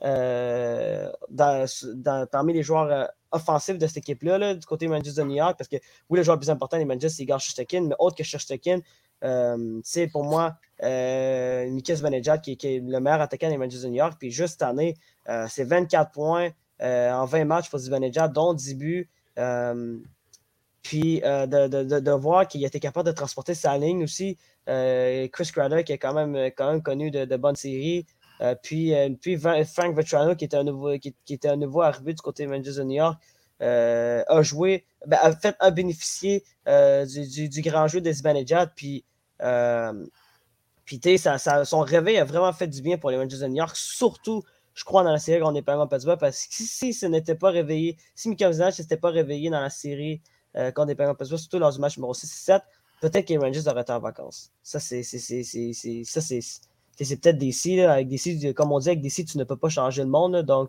Euh, dans, dans, parmi les joueurs euh, offensifs de cette équipe-là, là, du côté Rangers de New York, parce que oui, le joueur le plus important des Rangers, c'est Igor Shesterkin, mais autre que Shesterkin, euh, c'est pour moi euh, Mika Zibanejad qui, qui est le meilleur attaquant des Rangers de New York. Puis juste cette année, euh, c'est vingt-quatre points euh, en vingt matchs pour Zibanejad, dont dix buts. Euh, puis euh, de, de, de, de voir qu'il était capable de transporter sa ligne aussi. Euh, Chris Kreider, qui est quand même, quand même connu de, de bonnes séries. Euh, puis, euh, puis Frank Vetrano, qui était, un nouveau, qui, qui était un nouveau arrivé du côté Rangers de New York, euh, a joué, ben, a fait a bénéficié euh, du, du, du grand jeu de Zibanejad. Puis, euh, puis ça, ça, son réveil a vraiment fait du bien pour les Rangers de New York, surtout, je crois, dans la série contre les Penguins Pittsburgh, parce que si, si ce n'était pas réveillé, si Mika Zibanejad ne s'était pas réveillé dans la série euh, contre les Penguins Pittsburgh, surtout lors du match numéro six et sept, peut-être que les Rangers auraient été en vacances. Ça, c'est, c'est, c'est, c'est, c'est, ça, c'est, c'est peut-être des si, là, avec des si, comme on dit, avec des si, tu ne peux pas changer le monde. Là, donc,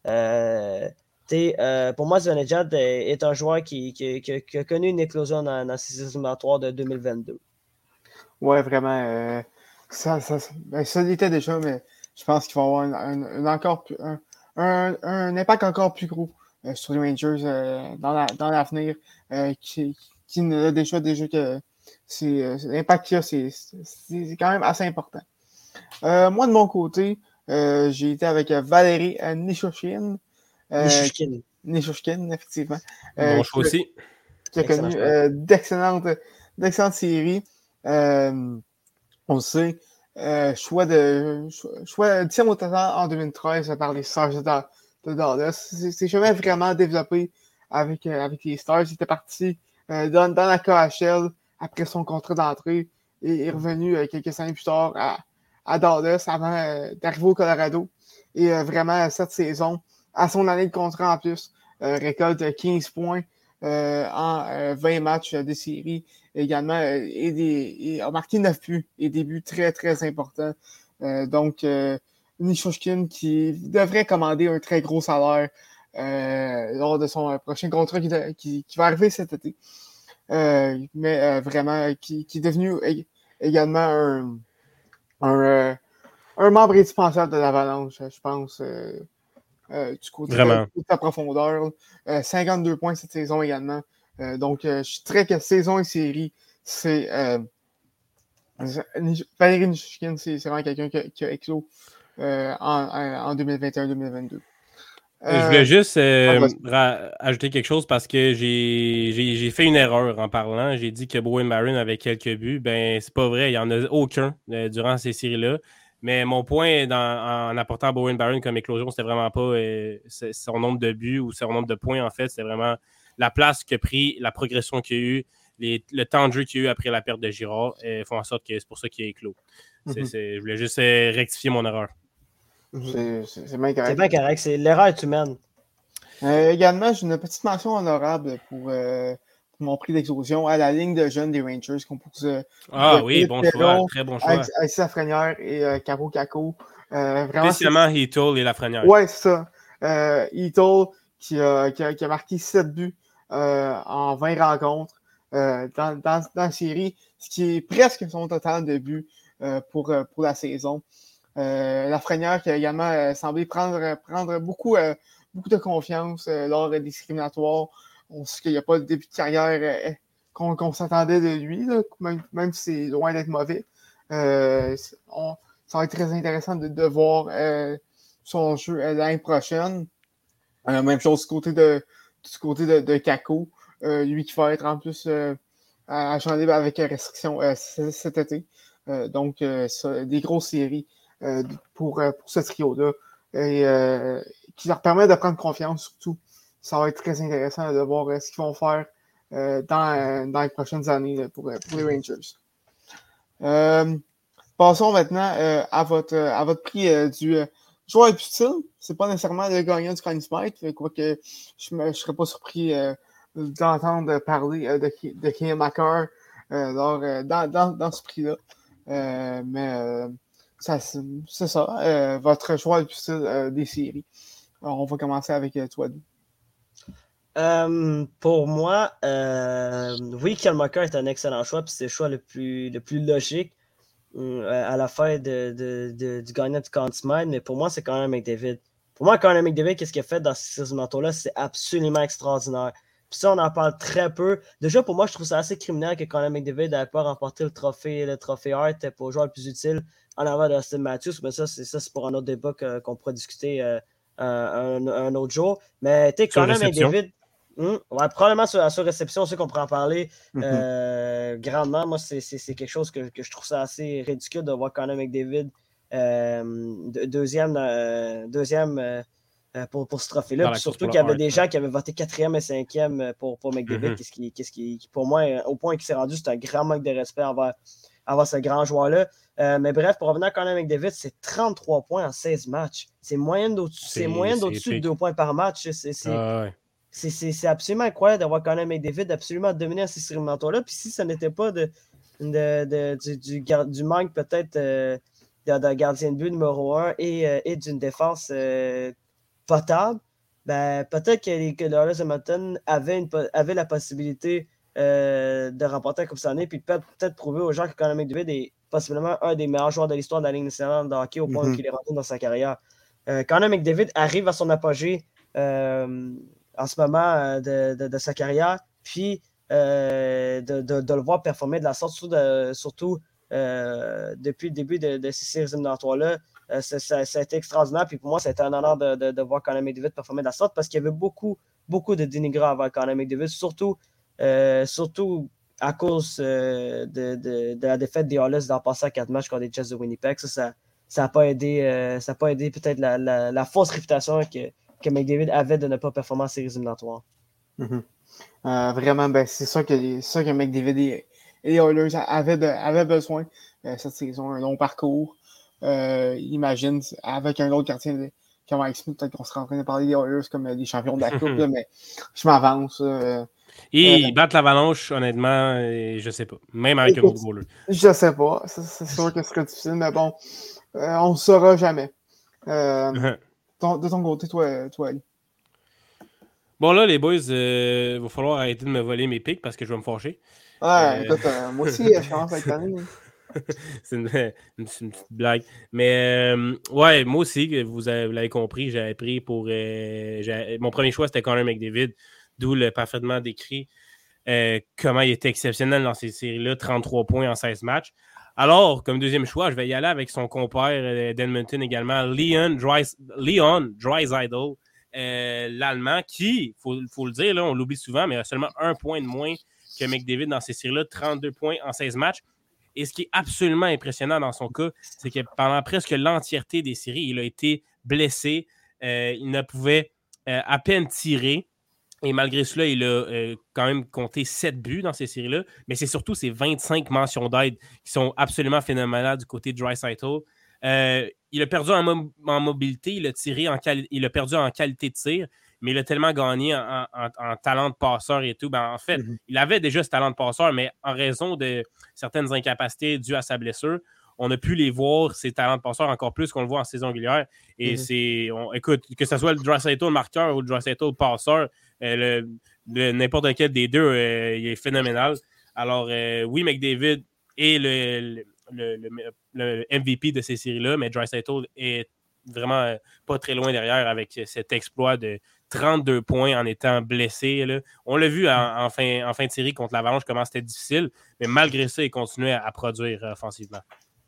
euh, euh, pour moi, Zibanejad est, est un joueur qui, qui, qui, qui a connu une éclosion dans, dans ces éliminatoires de deux mille vingt-deux. Ouais, vraiment. Euh, ça, ça, ben, ça l'était déjà, mais je pense qu'il va avoir un, un, un encore plus, un, un, un impact encore plus gros euh, sur les Rangers euh, dans, la, dans l'avenir, euh, qui, qui ne l'a déjà déjà que c'est, euh, l'impact qu'il y a, c'est, c'est, c'est quand même assez important. Euh, moi, de mon côté, euh, j'ai été avec Valérie euh, Nichushkin. Euh, Nichushkin. Nichushkin, effectivement. Euh, bon choix qui, aussi. Qui a Excellent connu euh, d'excellentes, d'excellentes séries. Euh, on le sait. Euh, choix de choix dixième au total en deux mille treize par les Stars de, de Dallas. C'est, c'est jamais vraiment développé avec, euh, avec les Stars. Il était parti euh, dans, dans la K H L après son contrat d'entrée. et est revenu euh, quelques années plus tard à, à Dallas avant euh, d'arriver au Colorado. Et euh, vraiment, cette saison, à son année de contrat en plus, euh, récolte quinze points euh, en euh, vingt matchs de série également euh, et, des, et a marqué neuf buts et des buts très, très importants. Euh, donc, euh, Nichushkin qui devrait commander un très gros salaire euh, lors de son prochain contrat qui, de, qui, qui va arriver cet été. Euh, mais euh, vraiment, qui, qui est devenu également un, un, euh, un membre indispensable de l'Avalanche, je pense, euh, euh, du côté Vraiment. de, de sa profondeur. Euh, cinquante-deux points cette saison également. Euh, donc, euh, je suis très que saison et série, c'est euh, Valérie Nichushkin, c'est vraiment quelqu'un qui, qui a éclos euh, en, en deux mille vingt et un deux mille vingt-deux. Euh, je voulais juste euh, ouais, ra- ajouter quelque chose parce que j'ai, j'ai, j'ai fait une erreur en parlant. J'ai dit que Bowen Barron avait quelques buts. Ben, c'est pas vrai. Il n'y en a aucun euh, durant ces séries-là. Mais mon point dans, en apportant Bowen Barron comme éclosion, c'était vraiment pas euh, son nombre de buts ou son nombre de points, en fait. C'était vraiment la place qu'il a pris, la progression qu'il y a eu, les, le temps de jeu qu'il y a eu après la perte de Girard euh, font en sorte que c'est pour ça qu'il a éclos. C'est, mm-hmm. c'est, je voulais juste euh, rectifier mon erreur. C'est, c'est, c'est bien correct. C'est bien correct. C'est, l'erreur est humaine. Euh, également, j'ai une petite mention honorable pour, euh, pour mon prix d'explosion à la ligne de jeunes des Rangers composée euh, ah de oui, bon choix, très bon choix. Alexis Lafrenière et euh, Caro Kako. Euh, vraiment, spécialement Heatle et Lafrenière. Ouais, c'est ça. Euh, Heatle qui a, qui, a, qui a marqué sept buts euh, en vingt rencontres euh, dans, dans, dans la série, ce qui est presque son total de buts euh, pour, pour la saison. Euh, Lafrenière qui a également euh, semblé prendre, prendre beaucoup, euh, beaucoup de confiance euh, lors des discriminatoires. On sait qu'il n'y a pas de début de carrière euh, qu'on, qu'on s'attendait de lui, là, même, même si c'est loin d'être mauvais. Euh, on, ça va être très intéressant de, de voir euh, son jeu euh, l'année prochaine. Euh, même chose du côté de, du côté de, de Kako. Euh, lui qui va être en plus euh, à champ libre avec restriction euh, cet été. Euh, donc, euh, ça, des grosses séries euh, pour, euh, pour ce trio-là. Et euh, qui leur permet de prendre confiance surtout. Ça va être très intéressant de voir euh, ce qu'ils vont faire euh, dans, euh, dans les prochaines années là, pour, pour les Rangers. Euh, passons maintenant euh, à, votre, à votre prix euh, du euh, joueur plus utile. C'est pas nécessairement le gagnant du Conn Smythe, quoique je ne serais pas surpris euh, d'entendre parler euh, de, de Cale Makar euh, dans, dans, dans, dans ce prix-là. Euh, mais euh, ça, c'est, c'est ça, euh, votre choix le plus utile euh, des séries. Alors, on va commencer avec euh, toi, Dou. Euh, pour moi, euh, oui, Cale Makar est un excellent choix, puis c'est le choix le plus, le plus logique euh, à la fin de, de, de, du gagnant du Conn Smythe, mais pour moi, c'est Connor McDavid. Pour moi, Connor McDavid, qu'est-ce qu'il a fait dans ces segments-là, c'est absolument extraordinaire. Puis ça, on en parle très peu. Déjà, pour moi, je trouve ça assez criminel que Connor McDavid n'ait pas remporté le trophée, le trophée Hart pour joueur le plus utile en avant d'Austin Matthews. Mais ça, c'est, ça, c'est pour un autre débat que, qu'on pourra discuter euh, un, un autre jour. Mais tu sais, Connor McDavid, hum, ouais, probablement sur, sur réception, aussi qu'on pourra en parler euh, mm-hmm. grandement. Moi, c'est, c'est, c'est quelque chose que, que je trouve ça assez ridicule de voir Connor McDavid euh, de, deuxième, euh, deuxième euh, Pour, pour ce trophée-là. Surtout qu'il y avait des gens qui avaient voté quatrième et cinquième pour, pour McDavid, mm-hmm. qu'est-ce qui, qu'est-ce qui, pour moi, au point qu'il s'est rendu, c'est un grand manque de respect envers, envers ce grand joueur-là. Euh, mais bref, pour revenir à Connor McDavid, c'est trente-trois points en seize matchs. C'est moyenne d'au-dessus, c'est, c'est moyenne d'au-dessus de deux points par match. C'est, c'est, ah, ouais. c'est, c'est, c'est absolument incroyable d'avoir Connor McDavid absolument dominé ces segments-là. Puis si ce n'était pas de, de, de, du, du, du manque peut-être euh, d'un gardien de but numéro un et, euh, et d'une défense euh, potable, ben, peut-être que les, que les Oilers Edmonton avaient, une, avaient la possibilité euh, de remporter la Coupe Stanley puis peut- peut-être prouver aux gens que Connor McDavid est possiblement un des meilleurs joueurs de l'histoire de la Ligue nationale de hockey au point mm-hmm. où il est rentré dans sa carrière. Euh, Connor McDavid arrive à son apogée euh, en ce moment de, de, de sa carrière, puis euh, de, de, de le voir performer de la sorte, surtout, de, surtout euh, depuis le début de, de ces séries éliminatoires-là. Euh, ça, ça, ça a été extraordinaire. Puis pour moi, c'était un honneur de, de, de voir Connor McDavid performer de la sorte parce qu'il y avait beaucoup, beaucoup de dénigrants avant Connor McDavid, surtout, euh, surtout à cause euh, de, de, de la défaite des Oilers dans le passé à quatre matchs contre les Jets de Winnipeg. Ça, ça ça n'a pas aidé, euh, ça a pas aidé peut-être la, la, la fausse réputation que, que McDavid avait de ne pas performer en séries éliminatoires. Mm-hmm. Euh, vraiment, ben, c'est sûr que, c'est sûr que McDavid est, et les Oilers avaient, de, avaient besoin euh, cette saison, un long parcours. Euh, imagine, avec un autre gardien comme Mike Smith, peut-être qu'on serait en train de parler des Oilers comme des champions de la Coupe, là, mais je m'avance. Euh, Et euh, ils battent l'Avalanche, honnêtement, et je sais pas. Même avec écoute, un autre goaler. Je sais pas. C'est, c'est sûr que ce serait difficile, mais bon, euh, on ne saura jamais. Euh, ton, de ton côté, toi, toi Ali. Bon, là, les boys, il euh, va falloir arrêter de me voler mes pics parce que je vais me fâcher. Ouais, Euh... écoute, euh, moi aussi, je commence à être tanné. C'est une, une, une, petite blague. Mais euh, ouais, moi aussi, vous, avez, vous l'avez compris, j'avais pris pour. Euh, j'avais, mon premier choix, c'était Connor McDavid, d'où le parfaitement décrit euh, comment il était exceptionnel dans ces séries-là, trente-trois points en seize matchs. Alors, comme deuxième choix, je vais y aller avec son compère euh, d'Edmonton également, Leon Draisaitl, euh, l'Allemand, qui, il faut, faut le dire, là, on l'oublie souvent, mais a seulement un point de moins que McDavid dans ces séries-là, trente-deux points en seize matchs. Et ce qui est absolument impressionnant dans son cas, c'est que pendant presque l'entièreté des séries, il a été blessé. Euh, il ne pouvait euh, à peine tirer. Et malgré cela, il a euh, quand même compté sept buts dans ces séries-là. Mais c'est surtout ses vingt-cinq mentions d'aide qui sont absolument phénoménales du côté de Draisaitl. Euh, il a perdu en, mo- en mobilité, il a, tiré en quali- il a perdu en qualité de tir, mais il a tellement gagné en, en, en talent de passeur et tout. Ben, en fait, mm-hmm. il avait déjà ce talent de passeur, mais en raison de certaines incapacités dues à sa blessure, on a pu les voir, ces talents de passeur, encore plus qu'on le voit en saison régulière. Et mm-hmm. c'est, on, écoute, que ce soit le Draisaitl marqueur ou le Draisaitl passeur, euh, le, le, n'importe lequel des deux, euh, il est phénoménal. Alors, euh, oui, McDavid est le, le, le, le M V P de ces séries-là, mais Draisaitl est vraiment euh, pas très loin derrière avec cet exploit de trente-deux points en étant blessé. Là. On l'a vu en, en, fin, en fin de série contre l'Avalanche, comment c'était difficile, mais malgré ça, il continuait à, à produire euh, offensivement.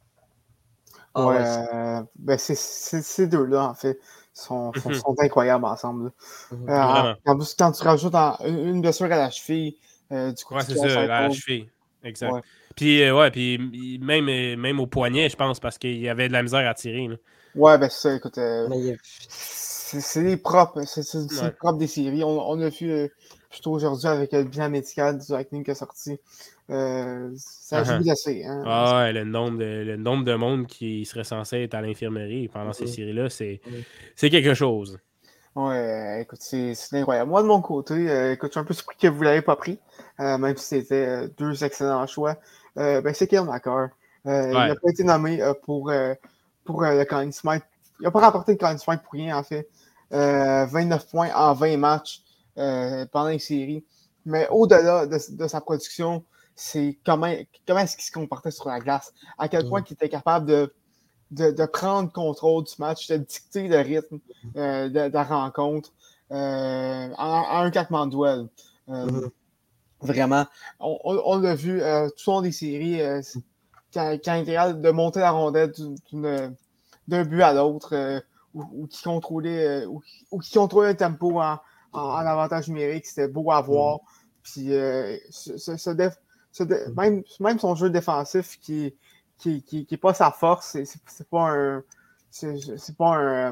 Ouais, oh, ouais euh, ben c'est, c'est, ces deux-là, en fait, sont, sont, sont incroyables ensemble. Mm-hmm. Euh, en plus, quand tu rajoutes en, une blessure à la cheville, euh, du coup, ouais, c'est ça, à la cheville. Exact. Ouais. Puis, euh, ouais, puis même, même au poignet, je pense, parce qu'il y avait de la misère à tirer. Là. Ouais, ben c'est ça, écoute. Euh, Mais... c'est, c'est les propres, c'est, c'est, c'est ouais. les propres des séries. On, on a vu euh, plutôt aujourd'hui avec le bilan médical du Lightning qui est sorti. Euh, ça a uh-huh. joué assez. Hein, ah ouais, le nombre, de, le nombre de monde qui serait censé être à l'infirmerie pendant mm-hmm. ces séries-là, c'est, mm-hmm. c'est quelque chose. Ouais, écoute, c'est, c'est incroyable. Moi, de mon côté, euh, écoute, je suis un peu surpris que vous ne l'avez pas pris, euh, même si c'était euh, deux excellents choix. Euh, ben, c'est Cale Makar. Euh, ouais. Il n'a pas été nommé euh, pour, euh, pour euh, le Conn Smythe. Il n'a pas remporté le Conn Smythe pour rien, en fait. Euh, vingt-neuf points en vingt matchs euh, pendant les séries. Mais au-delà de, de sa production, c'est comment, comment est-ce qu'il se comportait sur la glace. À quel point mmh. il était capable de De, de prendre contrôle du match, de dicter le rythme euh, de, de la rencontre euh, en, en un claquement de duel. Euh, mm-hmm. Vraiment, on, on, on l'a vu euh, tout au long des séries, euh, quand, quand il était capable de monter la rondelle d'une, d'un but à l'autre, euh, ou, ou qui contrôlait, euh, ou, ou qui contrôlait le tempo en, en, en avantage numérique, c'était beau à voir. Mm-hmm. Puis, euh, ce, ce, ce def, ce de, même, même son jeu défensif qui qui, qui, qui est pas sa force, c'est, c'est, c'est pas un c'est, c'est pas un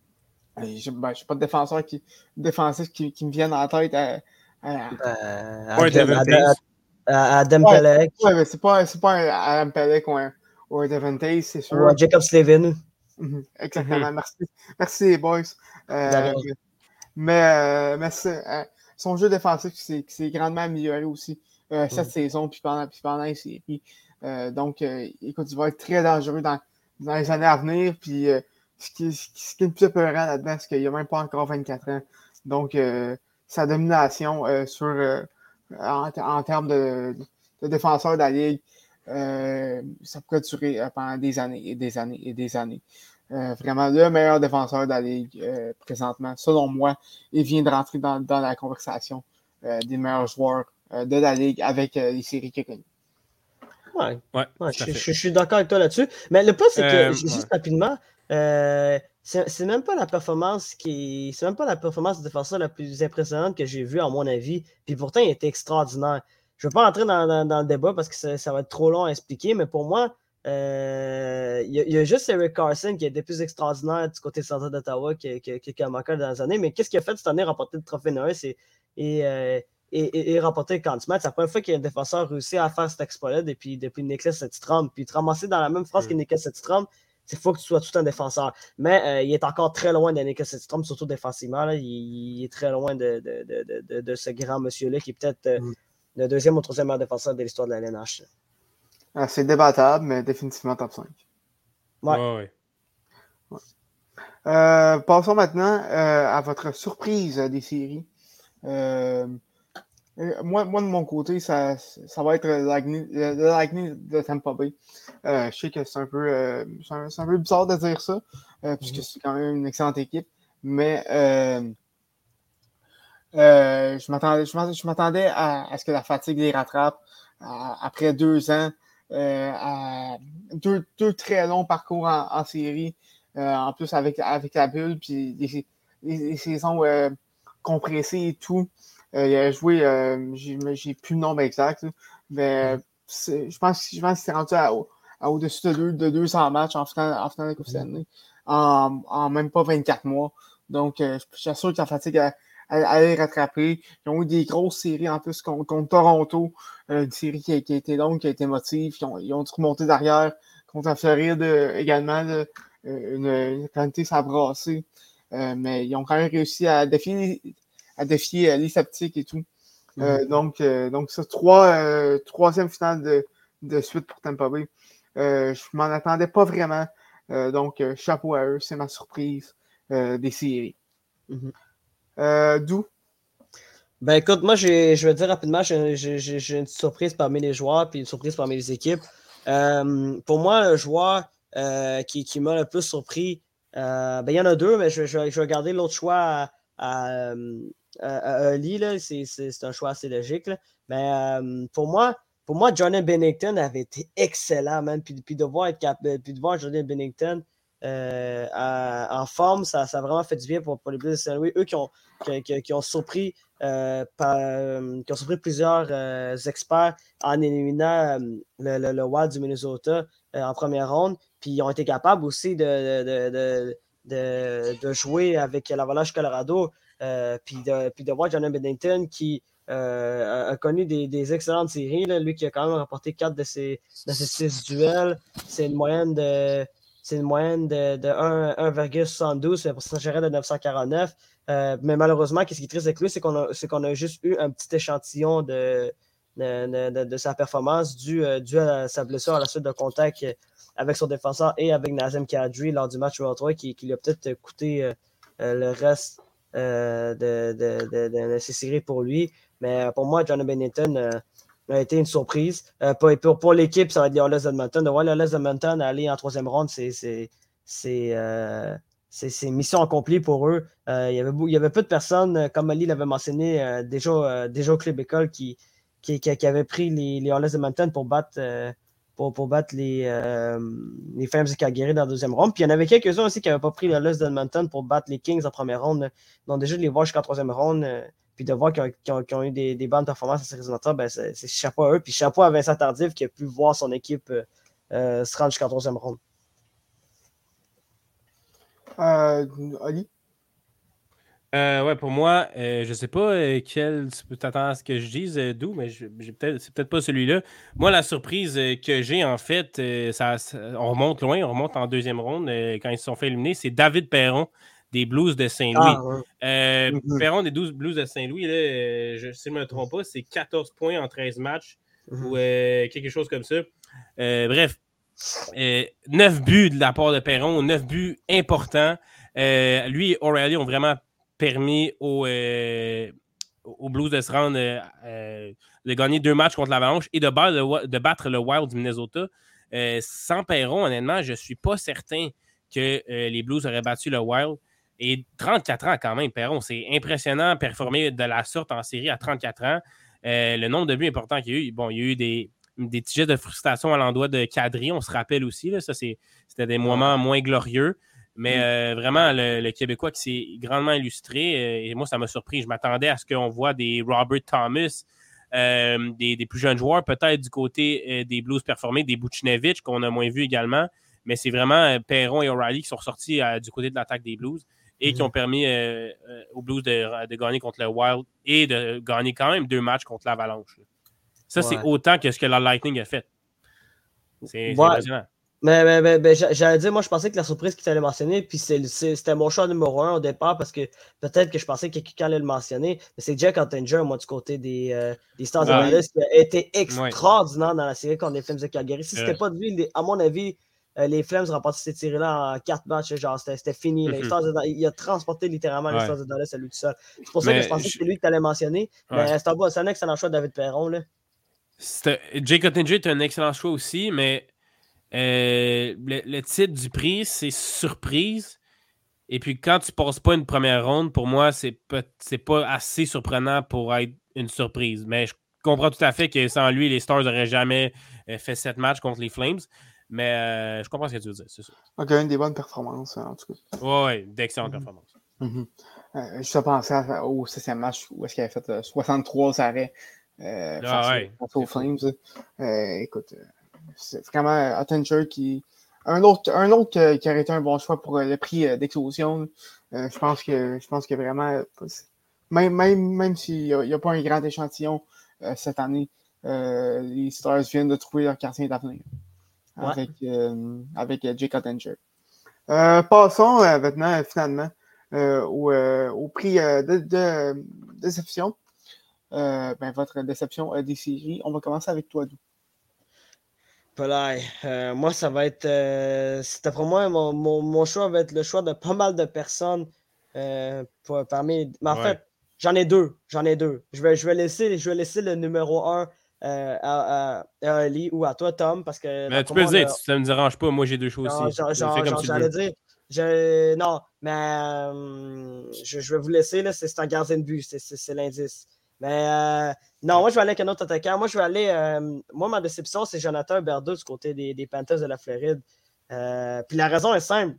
euh, je ben, suis pas de défenseur qui défensif qui, qui me vienne en tête à, à, à, Adam, Adam, à Adam ouais, Pelech. Ouais, mais c'est pas, c'est pas un Adam Pelech ou un, ou un Devon Taze, c'est sûr. Ou un Jacob Slavin. Mm-hmm, exactement, mm-hmm. merci. Merci les boys. Euh, mais mais, euh, mais c'est, euh, son jeu défensif qui s'est grandement amélioré aussi euh, cette mm-hmm. saison puis pendant, puis pendant les séries. Euh, donc, euh, écoute, il va être très dangereux dans, dans les années à venir. Puis, euh, ce, qui, ce, qui, ce qui est le plus épeurant là-dedans, c'est qu'il n'a même pas encore vingt-quatre ans. Donc, euh, sa domination euh, sur, euh, en, en termes de, de défenseur de la Ligue, euh, ça pourrait durer euh, pendant des années et des années et des années. Euh, vraiment le meilleur défenseur de la Ligue euh, présentement, selon moi, il vient de rentrer dans, dans la conversation euh, des meilleurs joueurs euh, de la Ligue avec euh, les séries qu'il a connues. Ouais, ouais, ouais je, je, je suis d'accord avec toi là-dessus. Mais le point, c'est que, euh, juste ouais. rapidement, euh, c'est, c'est même pas la performance qui. C'est même pas la performance de défenseur la plus impressionnante que j'ai vue, à mon avis. Puis pourtant, il était extraordinaire. Je ne veux pas rentrer dans, dans, dans le débat parce que ça, ça va être trop long à expliquer, mais pour moi, euh, il, y a, il y a juste Erik Karlsson qui a été plus extraordinaire du côté central d'Ottawa que, que, que, que Makar dans les années. Mais qu'est-ce qu'il a fait cette année, remporter le trophée Noël? C'est, et. Euh, et, et, et remporter le Conn Smythe. C'est la première fois qu'un défenseur réussit à faire cet exploit-là depuis, depuis Niklas Sedstrom. Puis te ramasser dans la même phrase mm. que Niklas Sedstrom, c'est faut que tu sois tout un défenseur. Mais euh, il est encore très loin de Niklas Sedstrom, surtout défensivement. Là. Il, il est très loin de, de, de, de, de ce grand monsieur-là qui est peut-être euh, mm. le deuxième ou troisième meilleur défenseur de l'histoire de la L N H. Ah, c'est débattable, mais définitivement top cinq. Ouais. ouais, ouais. ouais. Euh, passons maintenant euh, à votre surprise des séries. Euh, moi, moi, de mon côté, ça, ça va être le Lightning, le Lightning de Tampa Bay. Euh, je sais que c'est un peu, euh, c'est un, c'est un peu bizarre de dire ça, euh, puisque mm-hmm. c'est quand même une excellente équipe. Mais euh, euh, je m'attendais, je m'attendais à, à ce que la fatigue les rattrape à, après deux ans, euh, à deux, deux très longs parcours en, en série. Euh, en plus, avec, avec la bulle, puis les, les, les saisons euh, compressées et tout. Euh, il a joué, euh, j'ai, j'ai plus le nombre exact, là, mais c'est, je pense, je pense qu'il s'est rendu à, à au-dessus de, deux, de deux cents matchs en finale, en finale de la Coupe Stanley, en, en même pas vingt-quatre mois. Donc, euh, je suis sûr que la fatigue allait rattraper. Ils ont eu des grosses séries en plus contre, contre Toronto, euh, une série qui a, qui a été longue, qui a été émotive. Ils ont, ils ont dû remonter derrière contre la Floride euh, également. Là, une, une quantité s'abrasser. Euh, mais ils ont quand même réussi à défier à défier euh, les sceptiques et tout. Mm-hmm. Euh, donc, euh, donc, ça, trois, euh, troisième finale de, de suite pour Tampa Bay. Euh, je m'en attendais pas vraiment. Euh, donc, euh, chapeau à eux, c'est ma surprise euh, des séries. Mm-hmm. Euh, D'où? Ben écoute, moi, j'ai, je vais te dire rapidement, j'ai, j'ai, j'ai une surprise parmi les joueurs puis une surprise parmi les équipes. Euh, pour moi, un joueur euh, qui, qui m'a le plus surpris, euh, ben il y en a deux, mais je, je, je vais garder l'autre choix à, à, à Early, là. C'est, c'est, c'est un choix assez logique. Là. Mais euh, pour moi, pour moi, Jordan Binnington avait été excellent, man. Puis, puis, de, voir être cap- puis de voir Jordan Binnington euh, à, en forme, ça, ça a vraiment fait du bien pour, pour les Blues de Saint-Louis. Eux qui ont, qui, qui, qui ont surpris euh, par, euh, qui ont surpris plusieurs euh, experts en éliminant euh, le, le, le Wild du Minnesota euh, en première ronde. Puis ils ont été capables aussi de, de, de, de, de jouer avec l'Avalanche Colorado. Euh, puis, de, puis de voir Jordan Binnington qui euh, a, a connu des, des excellentes séries. Là. Lui qui a quand même remporté quatre de ses, de ses six duels. C'est une moyenne de, c'est une moyenne de, de un virgule soixante-douze, c'est un pourcentage de neuf cent quarante-neuf. Euh, mais malheureusement, ce qui est triste avec lui, c'est qu'on a, c'est qu'on a juste eu un petit échantillon de, de, de, de sa performance dû, dû à sa blessure à la suite de contact avec son défenseur et avec Nazem Kadri lors du match World trois qui, qui lui a peut-être coûté euh, le reste euh, de, de, de, de, de ces séries pour lui. Mais pour moi, Jordan Binnington euh, a été une surprise. Euh, pour, pour, pour l'équipe, ça va être les Oilers d'Edmonton. De voir les Oilers d'Edmonton aller en troisième ronde, c'est, c'est, c'est, euh, c'est, c'est mission accomplie pour eux. Euh, il, y avait, il y avait peu de personnes, comme Ali l'avait mentionné, euh, déjà, euh, déjà au club école qui, qui, qui, qui avaient pris les, les Oilers d'Edmonton pour battre, euh, pour, pour battre les, euh, les Flames de Calgary dans la deuxième ronde. Puis il y en avait quelques-uns aussi qui n'avaient pas pris les Oilers d'Edmonton pour battre les Kings en première ronde. Donc déjà de les voir jusqu'en troisième ronde, euh, puis de voir qu'ils ont, qu'ils ont, qu'ils ont eu des, des bonnes performances à ces résultats, ben c'est, c'est chapeau à eux. Puis chapeau à Vincent Tardif qui a pu voir son équipe euh, euh, se rendre jusqu'en troisième ronde. Euh, Ali? Euh, ouais, pour moi, euh, je sais pas euh, quel tu peux t'attendre à ce que je dise, euh, d'où, mais je, j'ai peut-être, c'est peut-être pas celui-là. Moi, la surprise euh, que j'ai, en fait, euh, ça, ça, on remonte loin, on remonte en deuxième ronde euh, quand ils se sont fait éliminer, c'est David Perron des Blues de Saint-Louis. Ah, ouais. euh, mm-hmm. Perron des douze Blues de Saint-Louis, là, euh, je, si je ne me trompe pas, c'est quatorze points en treize matchs mm-hmm. ou euh, quelque chose comme ça. Euh, bref, euh, neuf buts de la part de Perron, neuf buts importants. Euh, lui et O'Reilly ont vraiment permis aux, euh, aux Blues de se rendre, euh, de gagner deux matchs contre l'Avalanche et de battre le, de battre le Wild du Minnesota. Euh, sans Perron, honnêtement, je ne suis pas certain que euh, les Blues auraient battu le Wild. Et trente-quatre ans quand même, Perron, c'est impressionnant performer de la sorte en série à trente-quatre ans. Euh, le nombre de buts importants qu'il y a eu, bon, il y a eu des, des petits gestes de frustration à l'endroit de Kadri, on se rappelle aussi, là, ça c'est, c'était des moments moins glorieux. Mais euh, vraiment, le, le Québécois qui s'est grandement illustré, euh, et moi, ça m'a surpris. Je m'attendais à ce qu'on voit des Robert Thomas, euh, des, des plus jeunes joueurs, peut-être du côté euh, des Blues performés, des Buchnevich, qu'on a moins vu également. Mais c'est vraiment euh, Perron et O'Reilly qui sont ressortis euh, du côté de l'attaque des Blues. et qui ont permis euh, euh, aux Blues de, de gagner contre le Wild et de gagner quand même deux matchs contre l'Avalanche. Ça, ouais. c'est autant que ce que la Lightning a fait. C'est, ouais. c'est impressionnant. Mais, mais, mais, mais j'allais dire, moi, je pensais que la surprise que tu allais mentionner, puis c'est, c'est, c'était mon choix numéro un au départ, parce que peut-être que je pensais que quelqu'un allait le mentionner, mais c'est Jack Ottinger, moi, du côté des, euh, des Stars de Dallas, qui a été extraordinaire ouais. dans la série contre les Flames de Calgary. Si c'était euh. pas de lui, les, à mon avis, euh, les Flames remportaient cette série-là en quatre matchs, genre, c'était, c'était fini. Mm-hmm. Les Stars de, il a transporté littéralement ouais. les Stars de Dallas à lui tout seul. C'est pour ça mais que je pensais je... que c'était lui que tu allais mentionner, ouais. mais c'est un, bon, c'est un excellent choix de David Perron, là. C'était... Jake Ottinger est un excellent choix aussi, mais Euh, le, le titre du prix, c'est surprise. Et puis quand tu passes pas une première ronde, pour moi, c'est pas, c'est pas assez surprenant pour être une surprise. Mais je comprends tout à fait que sans lui, les Stars n'auraient jamais fait sept matchs contre les Flames. Mais euh, je comprends ce que tu veux dire, c'est sûr. Donc, une des bonnes performances, en tout cas. Oui, ouais, d'excellentes mm-hmm. performances. Mm-hmm. Euh, je pensais au septième match où est-ce qu'il avait fait euh, soixante-trois arrêts euh, ah, face, ouais, face aux Flames. Euh, écoute... Euh, c'est vraiment Ottinger qui. Un autre, un autre euh, qui aurait été un bon choix pour euh, le prix euh, d'explosion. Euh, je pense que je pense que vraiment. Même, même, même s'il n'y a, a pas un grand échantillon euh, cette année, euh, les Stars viennent de trouver leur quartier d'avenir. Ouais. Avec, euh, avec euh, Jake Ottinger. Euh, passons euh, maintenant, finalement, euh, au, euh, au prix euh, de, de, de déception. Euh, ben, votre déception euh, des séries. On va commencer avec toi, Dou. Euh, moi, ça va être. Euh, c'était pour moi, mon, mon, mon choix va être le choix de pas mal de personnes. Euh, pour, parmi, mais en ouais. fait, j'en ai deux. J'en ai deux. Je vais, je vais, laisser, je vais laisser le numéro un euh, à, à, à Ali ou à toi, Tom. Parce que, mais tu peux le dire, a... ça ne me dérange pas. Moi, j'ai deux choix aussi. Genre, genre, genre j'allais dire. Je, non, mais euh, je, je vais vous laisser. Là, c'est, c'est un gardien de but. C'est, c'est, c'est l'indice. Mais euh, non, moi, je vais aller avec un autre attaquant. Moi, je vais aller. Euh, moi, ma déception, c'est Jonathan Huberdeau du côté des, des Panthers de la Floride. Euh, puis la raison est simple.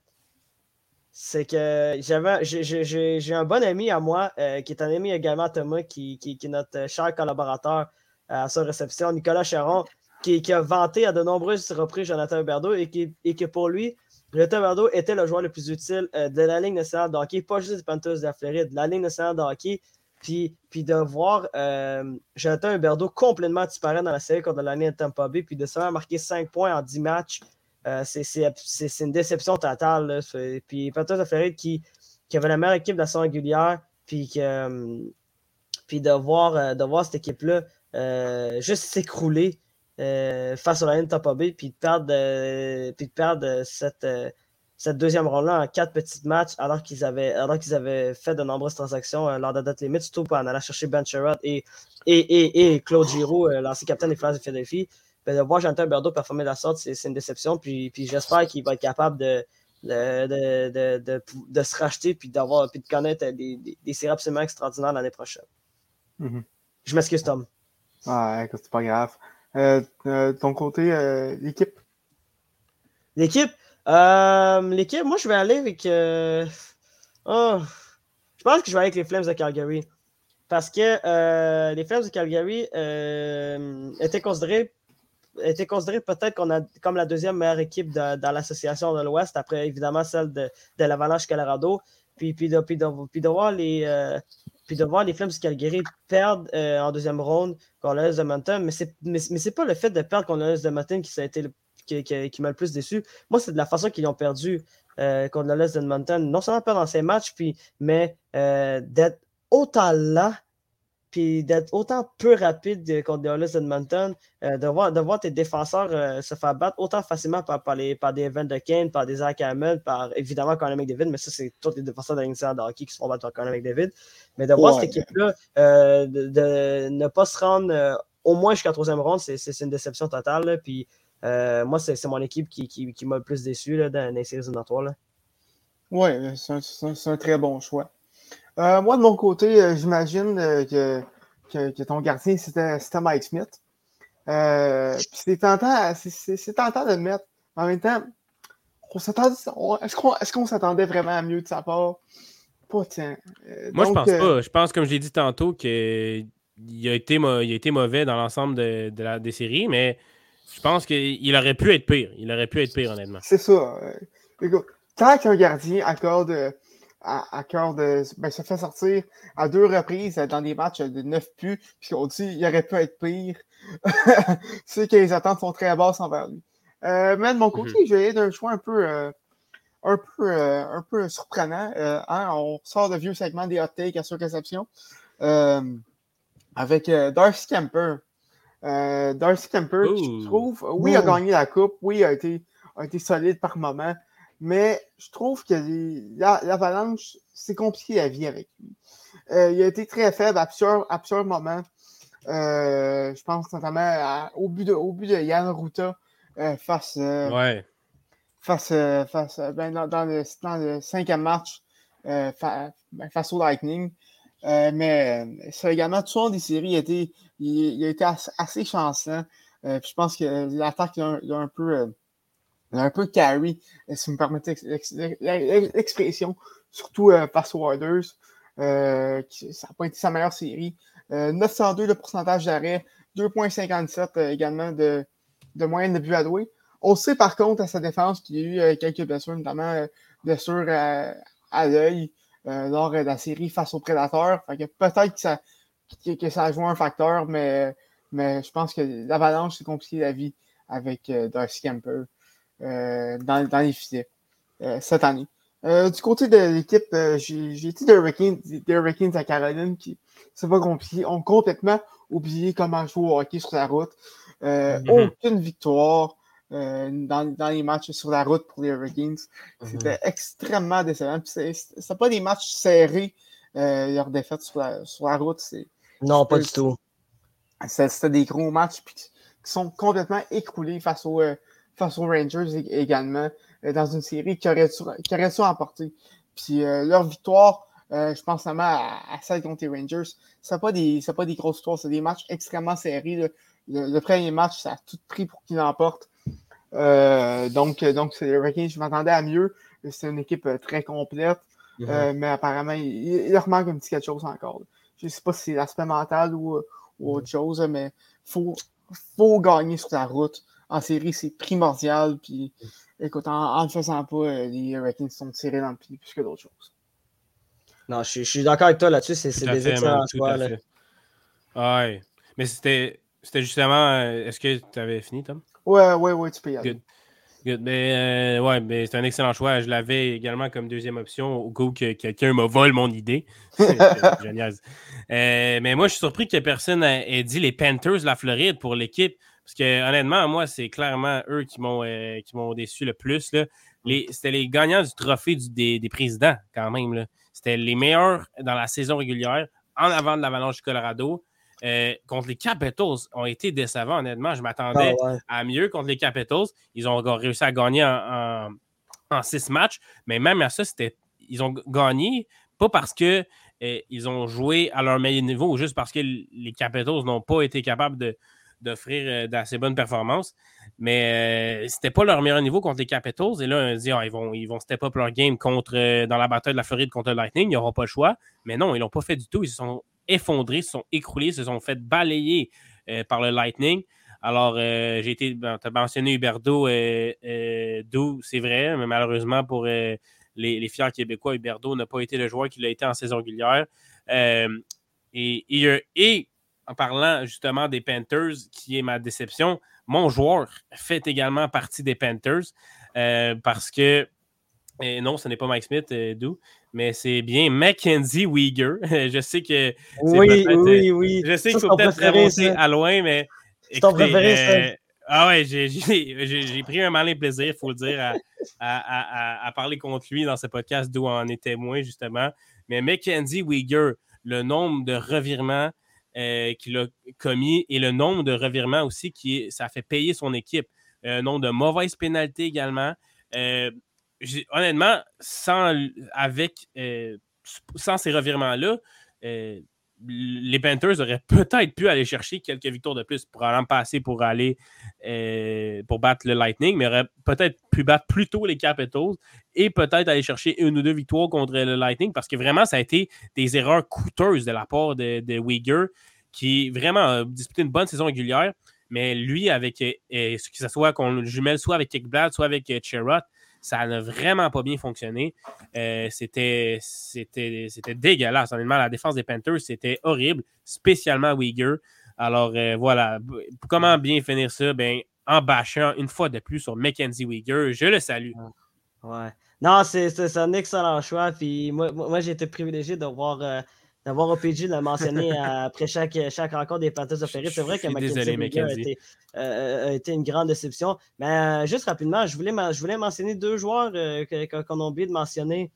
C'est que j'avais, j'ai, j'ai, j'ai un bon ami à moi, euh, qui est un ami également à Thomas, qui, qui, qui est notre cher collaborateur à sa réception, Nicolas Charon, qui, qui a vanté à de nombreuses reprises Jonathan Huberdeau et, qui, et que pour lui, Jonathan Huberdeau était le joueur le plus utile euh, de la Ligue nationale de hockey, pas juste des Panthers de la Floride, de la Ligue nationale de hockey. Puis, puis de voir euh, Jonathan Huberdeau complètement disparaître dans la série contre la ligne de Tampa Bay, puis de seulement marquer cinq points en dix matchs, euh, c'est, c'est, c'est, c'est une déception totale. Là. C'est, puis Panthers de Floride qui, qui avait la meilleure équipe de la saison régulière, puis, que, euh, puis de, voir, euh, de voir cette équipe-là euh, juste s'écrouler euh, face à la ligne de Tampa Bay, puis de perdre, euh, puis de perdre cette... Euh, cette deuxième ronde-là en quatre petits matchs, alors qu'ils avaient, alors qu'ils avaient fait de nombreuses transactions euh, lors de la date limite, surtout en allant chercher Ben Sherratt et, et, et, et Claude Giroux, euh, l'ancien capitaine des Flyers de Philadelphie. Ben, de voir Jonathan Huberdeau performer de la sorte, c'est, c'est une déception. Puis, puis j'espère qu'il va être capable de, de, de, de, de, de se racheter puis, d'avoir, puis de connaître des, des, des séries absolument extraordinaires l'année prochaine. Mm-hmm. Je m'excuse, Tom. Ah, écoute, c'est pas grave. Euh, euh, ton côté, euh, l'équipe? L'équipe? Euh, l'équipe, moi je vais aller avec. Euh... Oh, je pense que je vais aller avec les Flames de Calgary. Parce que euh, les Flames de Calgary euh, étaient considérés étaient considérés peut-être qu'on a, comme la deuxième meilleure équipe de, dans l'association de l'Ouest, après évidemment celle de, de l'Avalanche Colorado. Puis, puis, de, puis, de, puis de voir les. Euh, puis de voir les Flames de Calgary perdre euh, en deuxième ronde contre l'U S de Edmonton. Mais c'est, mais, mais c'est pas le fait de perdre contre l'U S de Edmonton qui ça a été le Qui, qui, qui m'a le plus déçu. Moi, c'est de la façon qu'ils ont perdu euh, contre le L'Est d'Edmonton. Non seulement perdre dans ces matchs, puis, mais euh, d'être autant là, puis d'être autant peu rapide contre le L'Est d'Edmonton, euh, de, voir, de voir tes défenseurs euh, se faire battre autant facilement par, par, les, par des Evan de Kane, par des Zach Hammond, par évidemment Conor McDavid, mais ça, c'est tous les défenseurs de la Ligue de hockey qui se font battre par Conor McDavid. Mais de voir ouais, cette équipe-là, euh, de, de ne pas se rendre euh, au moins jusqu'à la troisième ronde, c'est, c'est, c'est une déception totale. Là, puis Euh, moi, c'est, c'est mon équipe qui, qui, qui m'a le plus déçu là, dans les séries éliminatoires. Oui, c'est un, c'est, un, c'est un très bon choix. Euh, moi, de mon côté, euh, j'imagine euh, que, que, que ton gardien, c'était, c'était Mike Smith. Euh, c'est, tentant, c'est, c'est, c'est tentant de le mettre. En même temps, on s'attendait, on, est-ce, qu'on, est-ce qu'on s'attendait vraiment à mieux de sa part? Pas tiens. Euh, moi, donc, je pense euh, pas. Je pense, comme je l'ai dit tantôt, qu'il a été, il a été mauvais dans l'ensemble de, de la, des séries, mais je pense qu'il aurait pu être pire. Il aurait pu être pire, honnêtement. C'est ça. Euh, écoute, tant qu'un gardien accorde à, à cœur de. Ben, se fait sortir à deux reprises dans des matchs de neuf buts, puis on dit qu'il aurait pu être pire. C'est que les attentes sont très basses envers lui. Euh, mais de mon côté, mm-hmm. j'ai d'un choix un peu, euh, un peu, euh, un peu surprenant. Euh, hein, on sort de vieux segments des hot takes à surréception euh, avec euh, Darcy Kemper. Euh, Darcy Kemper, Ooh. je trouve, oui, Ooh. a gagné la coupe, oui, a été, a été solide par moment, mais je trouve que les, la, l'Avalanche, c'est compliqué la vie avec lui. Euh, il a été très faible à plusieurs, à plusieurs moments. Euh, je pense notamment à, au, but de, au but de Jan Rutta euh, face, euh, ouais. face, euh, face ben, dans, dans, le, dans le cinquième match euh, fa, ben, face au Lightning. Euh, mais euh, ça également, tout au long des séries, il a été, il, il a été assez, assez chancelant. Euh, puis je pense que l'attaque il a un, il a un peu euh, il a un peu carry, si vous me permettez l'ex, l'ex, l'expression, surtout euh, face aux Oilers. Euh, qui, ça n'a pas été sa meilleure série. Euh, neuf cent deux de pourcentage d'arrêt, deux virgule cinquante-sept euh, également de, de moyenne de but alloué. On sait par contre à sa défense qu'il y a eu euh, quelques blessures, notamment euh, blessures à, à l'œil. Euh, lors de la série face aux Prédateurs. Fait que peut-être que ça, que, que ça a joué un facteur, mais, mais je pense que l'Avalanche, c'est compliqué la vie avec euh, Darcy Kemper euh, dans, dans les filets euh, cette année. Euh, du côté de l'équipe, euh, j'ai, j'ai été des Hurricanes, des Hurricanes à Caroline qui, c'est pas compliqué, ont complètement oublié comment jouer au hockey sur la route. Euh, mm-hmm. Aucune victoire. Euh, dans, dans les matchs sur la route pour les Hurricanes. C'était mm-hmm. extrêmement décevant. Puis c'est, c'est, c'est pas des matchs serrés, euh, leur défaite sur la, sur la route. C'est, non, c'est, pas du tout. C'est, c'était des gros matchs puis, qui sont complètement écroulés face, au, euh, face aux Rangers également, euh, dans une série qui aurait dû, qui aurait dû emporter. Puis euh, leur victoire, euh, je pense notamment à, à celle contre les Rangers, c'est pas des, c'est pas des grosses victoires, c'est des matchs extrêmement serrés. Le, le, le premier match, ça a tout pris pour qu'ils l'emportent. Euh, donc, donc c'est les Hurricanes, je m'attendais à mieux. C'est une équipe euh, très complète, mm-hmm. euh, mais apparemment, il, il leur manque un petit quelque chose encore. Je ne sais pas si c'est l'aspect mental ou, ou autre chose, mais il faut, faut gagner sur la route. En série, c'est primordial. Puis, écoute, en, en ne faisant pas, euh, les Hurricanes sont tirés dans le pied plus que d'autres choses. Non, je, je suis d'accord avec toi là-dessus. C'est, c'est des fait, excellents choix. Là. Ouais. Mais c'était, c'était justement. Euh, est-ce que tu avais fini, Tom? Ouais, ouais, ouais, tu peux y aller. Good. Good. Mais, euh, ouais, mais c'est un excellent choix. Je l'avais également comme deuxième option au cas où que quelqu'un me vole mon idée. C'est génial. Euh, mais moi, je suis surpris que personne ait dit les Panthers de la Floride pour l'équipe. Parce que honnêtement, moi, c'est clairement eux qui m'ont, euh, qui m'ont déçu le plus. Là. Les, c'était les gagnants du trophée du, des, des présidents, quand même. Là. C'était les meilleurs dans la saison régulière, en avant de l'Avalanche du Colorado. Euh, contre les Capitals ont été décevants, honnêtement. Je m'attendais oh, ouais. à mieux contre les Capitals. Ils ont réussi à gagner en, en, en six matchs, mais même à ça, c'était, ils ont gagné, pas parce que euh, ils ont joué à leur meilleur niveau, juste parce que les Capitals n'ont pas été capables de, d'offrir euh, d'assez bonnes performances, mais euh, c'était pas leur meilleur niveau contre les Capitals. Et là, on dit ah, ils, vont, ils vont step up leur game contre, euh, dans la bataille de la Floride contre le Lightning. Ils n'auront pas le choix. Mais non, ils l'ont pas fait du tout. Ils se sont effondrés, se sont écroulés, se sont fait balayer euh, par le Lightning. Alors, euh, j'ai été, ben, tu as mentionné Huberdeau, euh, euh, d'où c'est vrai, mais malheureusement pour euh, les, les fiers Québécois, Huberdeau n'a pas été le joueur qu'il a été en saison régulière. Euh, et, et, et en parlant justement des Panthers, qui est ma déception, mon joueur fait également partie des Panthers euh, parce que, et non, ce n'est pas Mike Smith, euh, d'où, mais c'est bien Mackenzie Weegar. Je sais que c'est oui, peut-être... Oui, oui, Je sais qu'il faut peut-être remonter à loin, mais... C'est ton préféré, euh, ça. Ah ouais, j'ai, j'ai, j'ai, j'ai pris un malin plaisir, il faut le dire, à, à, à, à parler contre lui dans ce podcast d'où on est témoin, justement. Mais Mackenzie Weegar, le nombre de revirements euh, qu'il a commis et le nombre de revirements aussi, qui ça fait payer son équipe. Un euh, nombre de mauvaises pénalités également. Euh, J'ai, honnêtement, sans, avec, euh, sans ces revirements-là, euh, les Panthers auraient peut-être pu aller chercher quelques victoires de plus, probablement pas assez pour aller euh, pour battre le Lightning, mais auraient peut-être pu battre plus tôt les Capitals et peut-être aller chercher une ou deux victoires contre le Lightning, parce que vraiment, ça a été des erreurs coûteuses de la part de, de Weegar, qui vraiment a disputé une bonne saison régulière, mais lui, avec euh, que ce soit qu'on le jumelle soit avec Ekblad, soit avec euh, Sherrod, ça n'a vraiment pas bien fonctionné. Euh, c'était, c'était, c'était dégueulasse. Honnêtement, la défense des Panthers, c'était horrible, spécialement Uyghur. Alors, euh, voilà. Comment bien finir ça? Ben, en bâchant une fois de plus sur Mackenzie Weegar. Je le salue. Ouais. Non, c'est, c'est, c'est un excellent choix. Puis moi, moi j'ai été privilégié de voir, euh, d'avoir O P G le mentionner après chaque, chaque rencontre des Panthers de Floride. C'est vrai que Mackenzie Weegar a été, euh, a été une grande déception. Mais euh, juste rapidement, je voulais, je voulais mentionner deux joueurs euh, qu'on a oublié de mentionner.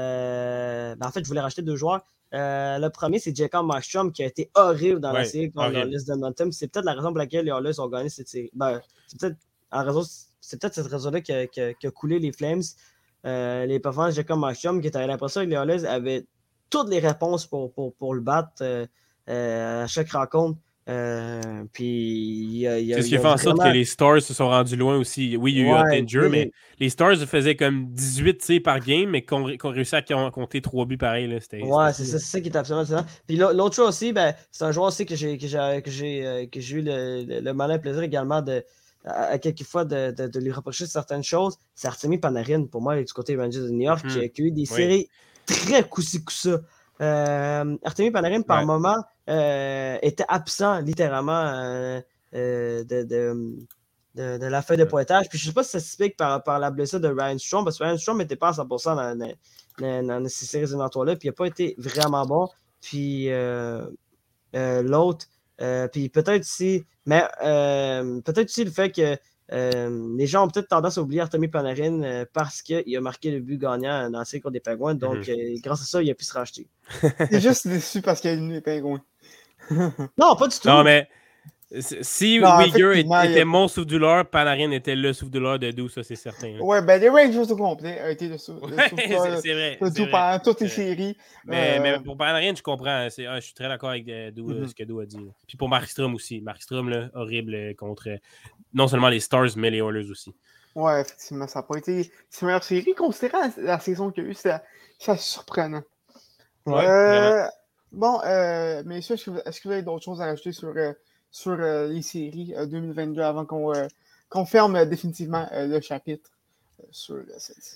Euh, ben en fait, je voulais racheter deux joueurs. Euh, le premier, c'est Jacob Markstrom qui a été horrible dans ouais, la série contre la liste de Mountain. C'est peut-être la raison pour laquelle les Oilers ont gagné cette série. Ben, c'est peut-être en raison, c'est peut-être cette raison-là qui a, qui a, qui a coulé les Flames. Euh, les performances de Jacob Markstrom, qui avait l'impression que les Oilers avaient toutes les réponses pour, pour, pour le battre euh, euh, à chaque rencontre. Euh, puis il y a, y a, c'est ce qui fait en sorte vraiment... que les Stars se sont rendus loin aussi. Oui, il y a eu ouais, Ottinger, mais les Stars faisaient comme dix-huit tirs par game, mais qu'on qu réussit à compter trois buts pareil. Là. C'était, ouais, c'était c'est, ça, c'est ça qui est absolument excellent. Puis l'autre chose aussi, ben, c'est un joueur aussi que j'ai, que j'ai, que j'ai, euh, que j'ai eu le, le, le malin plaisir également de, à, à quelques fois de, de, de lui reprocher certaines choses. C'est Artemi Panarin, pour moi, du côté Rangers de New York, mm-hmm. qui, a, qui a eu des oui. séries très coup-ci coup-ça. Euh, Artemi Panarin, par ouais. moment, euh, était absent littéralement euh, euh, de, de, de, de la feuille de pointage. Puis je ne sais pas si ça s'explique par, par la blessure de Ryan Strome, parce que Ryan Strome n'était pas à cent pour cent dans, dans, dans, dans ces séries éliminatoires-là, puis il n'a pas été vraiment bon. Puis euh, euh, l'autre, euh, puis peut-être aussi, mais euh, peut-être aussi le fait que euh, les gens ont peut-être tendance à oublier Artemi Panarin euh, parce qu'il a marqué le but gagnant dans la série contre les Penguins. Donc, mm-hmm. euh, grâce à ça, il a pu se racheter. C'est juste déçu parce qu'il a éliminé les Penguins. Non, pas du tout. Non, mais si Weegar était a... mon souffle-douleur, Panarin était le souffle-douleur de Doux, ça c'est certain. Hein. Ouais, ben les Rangers au complet ont été le souffle-douleur ouais, c'est vrai, de Doux pendant toutes les séries. Mais, euh... mais pour Panarin, je comprends. C'est, ah, je suis très d'accord avec Doux, mm-hmm. ce que Doux a dit. Puis pour Markstrom aussi. Markstrom, là, horrible contre non seulement les Stars, mais les Oilers aussi. Ouais, effectivement, ça n'a pas été c'est meilleure série. Considérant la, la saison qu'il y a eu, c'est surprenant. Ouais, euh... Bon, euh, messieurs, est-ce que, vous, est-ce que vous avez d'autres choses à rajouter sur... Euh... sur euh, les séries euh, deux mille vingt-deux avant qu'on, euh, qu'on ferme euh, définitivement euh, le chapitre euh, sur euh, celle-ci.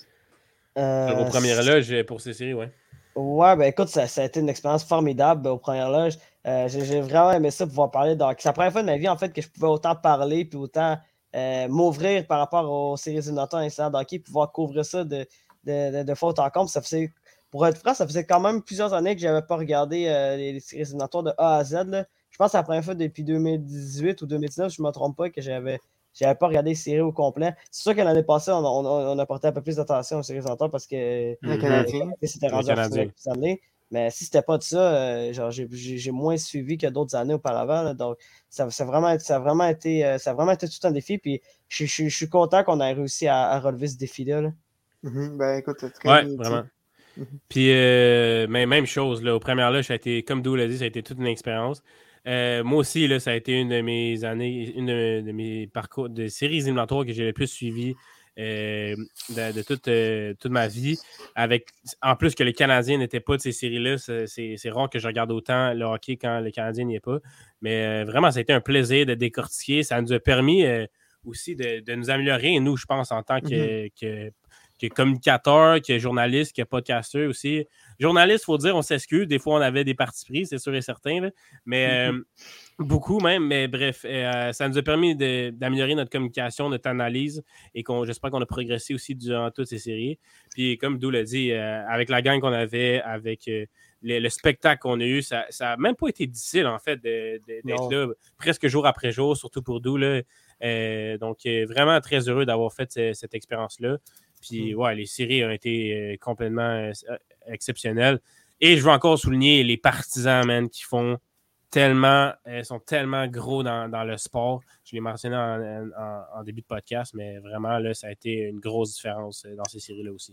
Euh, aux premières loges pour ces séries, ouais. Ouais, ben écoute, ça, ça a été une expérience formidable ben, aux premières loges. Euh, j'ai, j'ai vraiment aimé ça, pouvoir parler de hockey. C'est la première fois de ma vie, en fait, que je pouvais autant parler puis autant euh, m'ouvrir par rapport aux séries éliminatoires et de hockey, pouvoir couvrir ça de, de, de, de faute en compte. Ça faisait, pour être franc, ça faisait quand même plusieurs années que je n'avais pas regardé euh, les, les séries éliminatoires de A à Z, là. Je pense que c'est la première fois depuis deux mille dix-huit ou deux mille dix-neuf, je ne me trompe pas, que j'avais, j'avais pas regardé les séries au complet. C'est sûr que l'année passée, on, on, on a porté un peu plus d'attention aux séries éliminatoires parce que mm-hmm. le Canadien c'était rendu en finale cette année. Mais si c'était pas de ça, euh, genre, j'ai, j'ai, j'ai moins suivi que d'autres années auparavant. Là, donc, ça, ça, a vraiment, ça, a vraiment été, euh, ça a vraiment été tout un défi. Puis, je, je, je suis content qu'on ait réussi à, à relever ce défi-là. Là. Mm-hmm. Ben, écoute, c'est très ouais, bien, vraiment. Mm-hmm. Puis, euh, mais même chose, là, aux premières là, ça a été, comme Doux l'a dit, ça a été toute une expérience. Euh, moi aussi, là, ça a été une de mes années, une de, de mes parcours de séries éliminatoires que j'ai le plus suivi euh, de, de toute, euh, toute ma vie. Avec, en plus que le Canadien n'était pas de ces séries-là, c'est, c'est, c'est rare que je regarde autant le hockey quand le Canadien n'y est pas. Mais euh, vraiment, ça a été un plaisir de décortiquer. Ça nous a permis euh, aussi de, de nous améliorer, nous, je pense, en tant que, mm-hmm. que, que communicateur, que journaliste, que podcasteur aussi. Journaliste, il faut dire, on s'excuse. Des fois, on avait des partis pris, c'est sûr et certain. Là. Mais euh, mm-hmm. beaucoup même. Mais bref, euh, ça nous a permis de, d'améliorer notre communication, notre analyse. Et qu'on, j'espère qu'on a progressé aussi durant toutes ces séries. Puis comme Doux l'a dit, euh, avec la gang qu'on avait, avec euh, le, le spectacle qu'on a eu, ça n'a même pas été difficile, en fait, de, de, d'être non. là presque jour après jour, surtout pour Doux. Là. Euh, donc, euh, vraiment très heureux d'avoir fait c- cette expérience-là. Puis, ouais, les séries ont été euh, complètement euh, exceptionnelles. Et je veux encore souligner les partisans, man, qui font tellement, euh, sont tellement gros dans, dans le sport. Je l'ai mentionné en, en, en début de podcast, mais vraiment, là, ça a été une grosse différence dans ces séries-là aussi.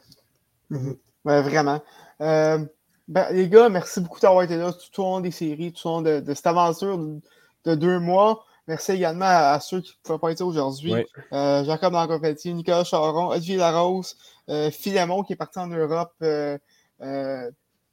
Mm-hmm. Ouais, vraiment. Euh, ben, les gars, merci beaucoup d'avoir été là tout au long des séries, tout au long de, de cette aventure de, de deux mois. Merci également à, à ceux qui ne pouvaient pas être là aujourd'hui. Oui. Euh, Jacob Lancopetit, Nicolas Charon, Olivier Larose, euh, Philémon qui est parti en Europe euh, euh,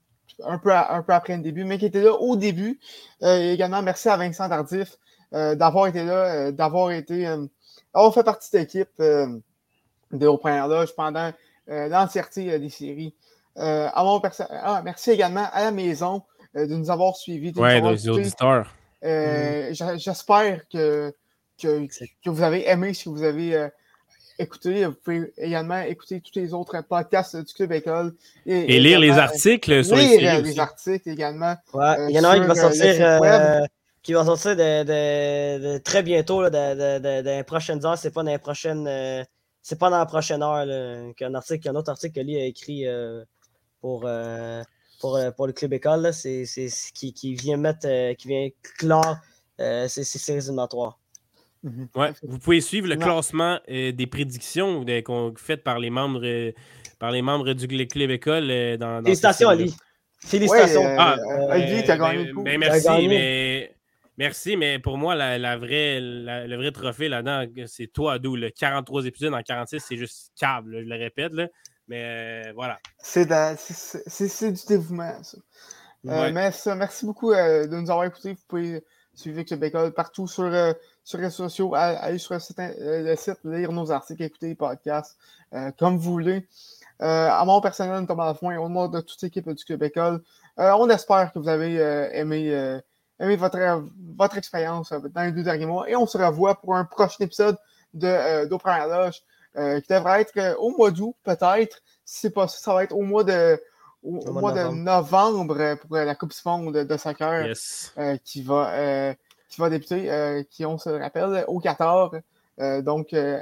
un, peu à, un peu après le début, mais qui était là au début. Euh, et également, merci à Vincent Tardif euh, d'avoir été là, euh, d'avoir été euh, d'avoir fait partie de l'équipe. Euh, de aux premières loges pendant euh, l'entièreté euh, des séries. Euh, à mon perso- ah, merci également à la maison euh, de nous avoir suivis, de nous Ouais, avoir les écoutés. auditeurs. Euh, mm. J'espère que, que, que vous avez aimé ce que vous avez euh, écouté. Vous pouvez également écouter tous les autres podcasts du Club École. Et, et lire les articles euh, sur les séries lire aussi. les articles également. Ouais, euh, il y en a un qui va sortir, euh, qui va sortir de, de, de très bientôt, là, de, de, de, dans les prochaines heures. C'est pas dans les prochaines. Euh, c'est pas dans la prochaine heure. Là, qu'un article, un autre article que lui a écrit euh, pour, euh, pour, pour le Club École. Là, c'est, c'est, c'est, qui, qui vient mettre, euh, qui vient clore euh, ces, ces séries éliminatoires. Mm-hmm. Ouais, vous pouvez suivre le non. classement euh, des prédictions de, qu'on, faites par les membres, euh, par les membres du Club École euh, dans, dans Félicitations, Ali. Félicitations. Ouais, euh, ah, euh, Ali, t'as gagné le coup. Ben, merci, gagné. mais merci, mais pour moi, la, la vraie, la, le vrai trophée là-dedans, c'est toi, Adou. Le quarante-trois épisodes en quarante-six, c'est juste câble, là, je le répète. Là. Mais euh, voilà. C'est, de, c'est, c'est, c'est du dévouement, ça. Ouais. Euh, mais ça, merci beaucoup euh, de nous avoir écoutés. Vous pouvez suivre le Club École partout sur, euh, sur les réseaux sociaux. Allez sur le site, euh, le site, lire nos articles, écouter les podcasts, euh, comme vous voulez. Euh, à mon personnel, Thomas Lafoin, au nom de toute l'équipe du Club École, euh, on espère que vous avez euh, aimé, euh, aimé votre, votre expérience euh, dans les deux derniers mois. Et on se revoit pour un prochain épisode de euh, d'Aux Premières Loges euh, qui devrait être euh, au mois d'août, peut-être. Si c'est pas ça, ça va être au mois de. Au, au mois de novembre, novembre pour la Coupe du monde de, de soccer yes. euh, qui, va, euh, qui va débuter, euh, qui, on se rappelle, au Qatar. Euh, donc, euh,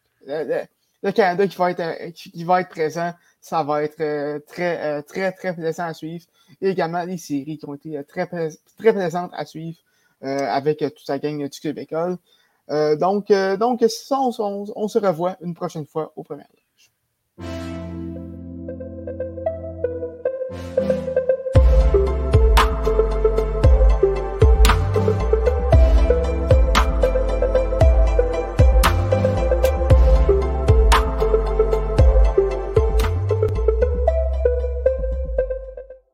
le, le Canada qui va, être, qui va être présent, ça va être euh, très, euh, très, très plaisant à suivre. Et également les séries qui ont été euh, très, très plaisantes à suivre euh, avec euh, toute la gang du Club École. Euh, donc, euh, donc, ça, on, on, on se revoit une prochaine fois au premier.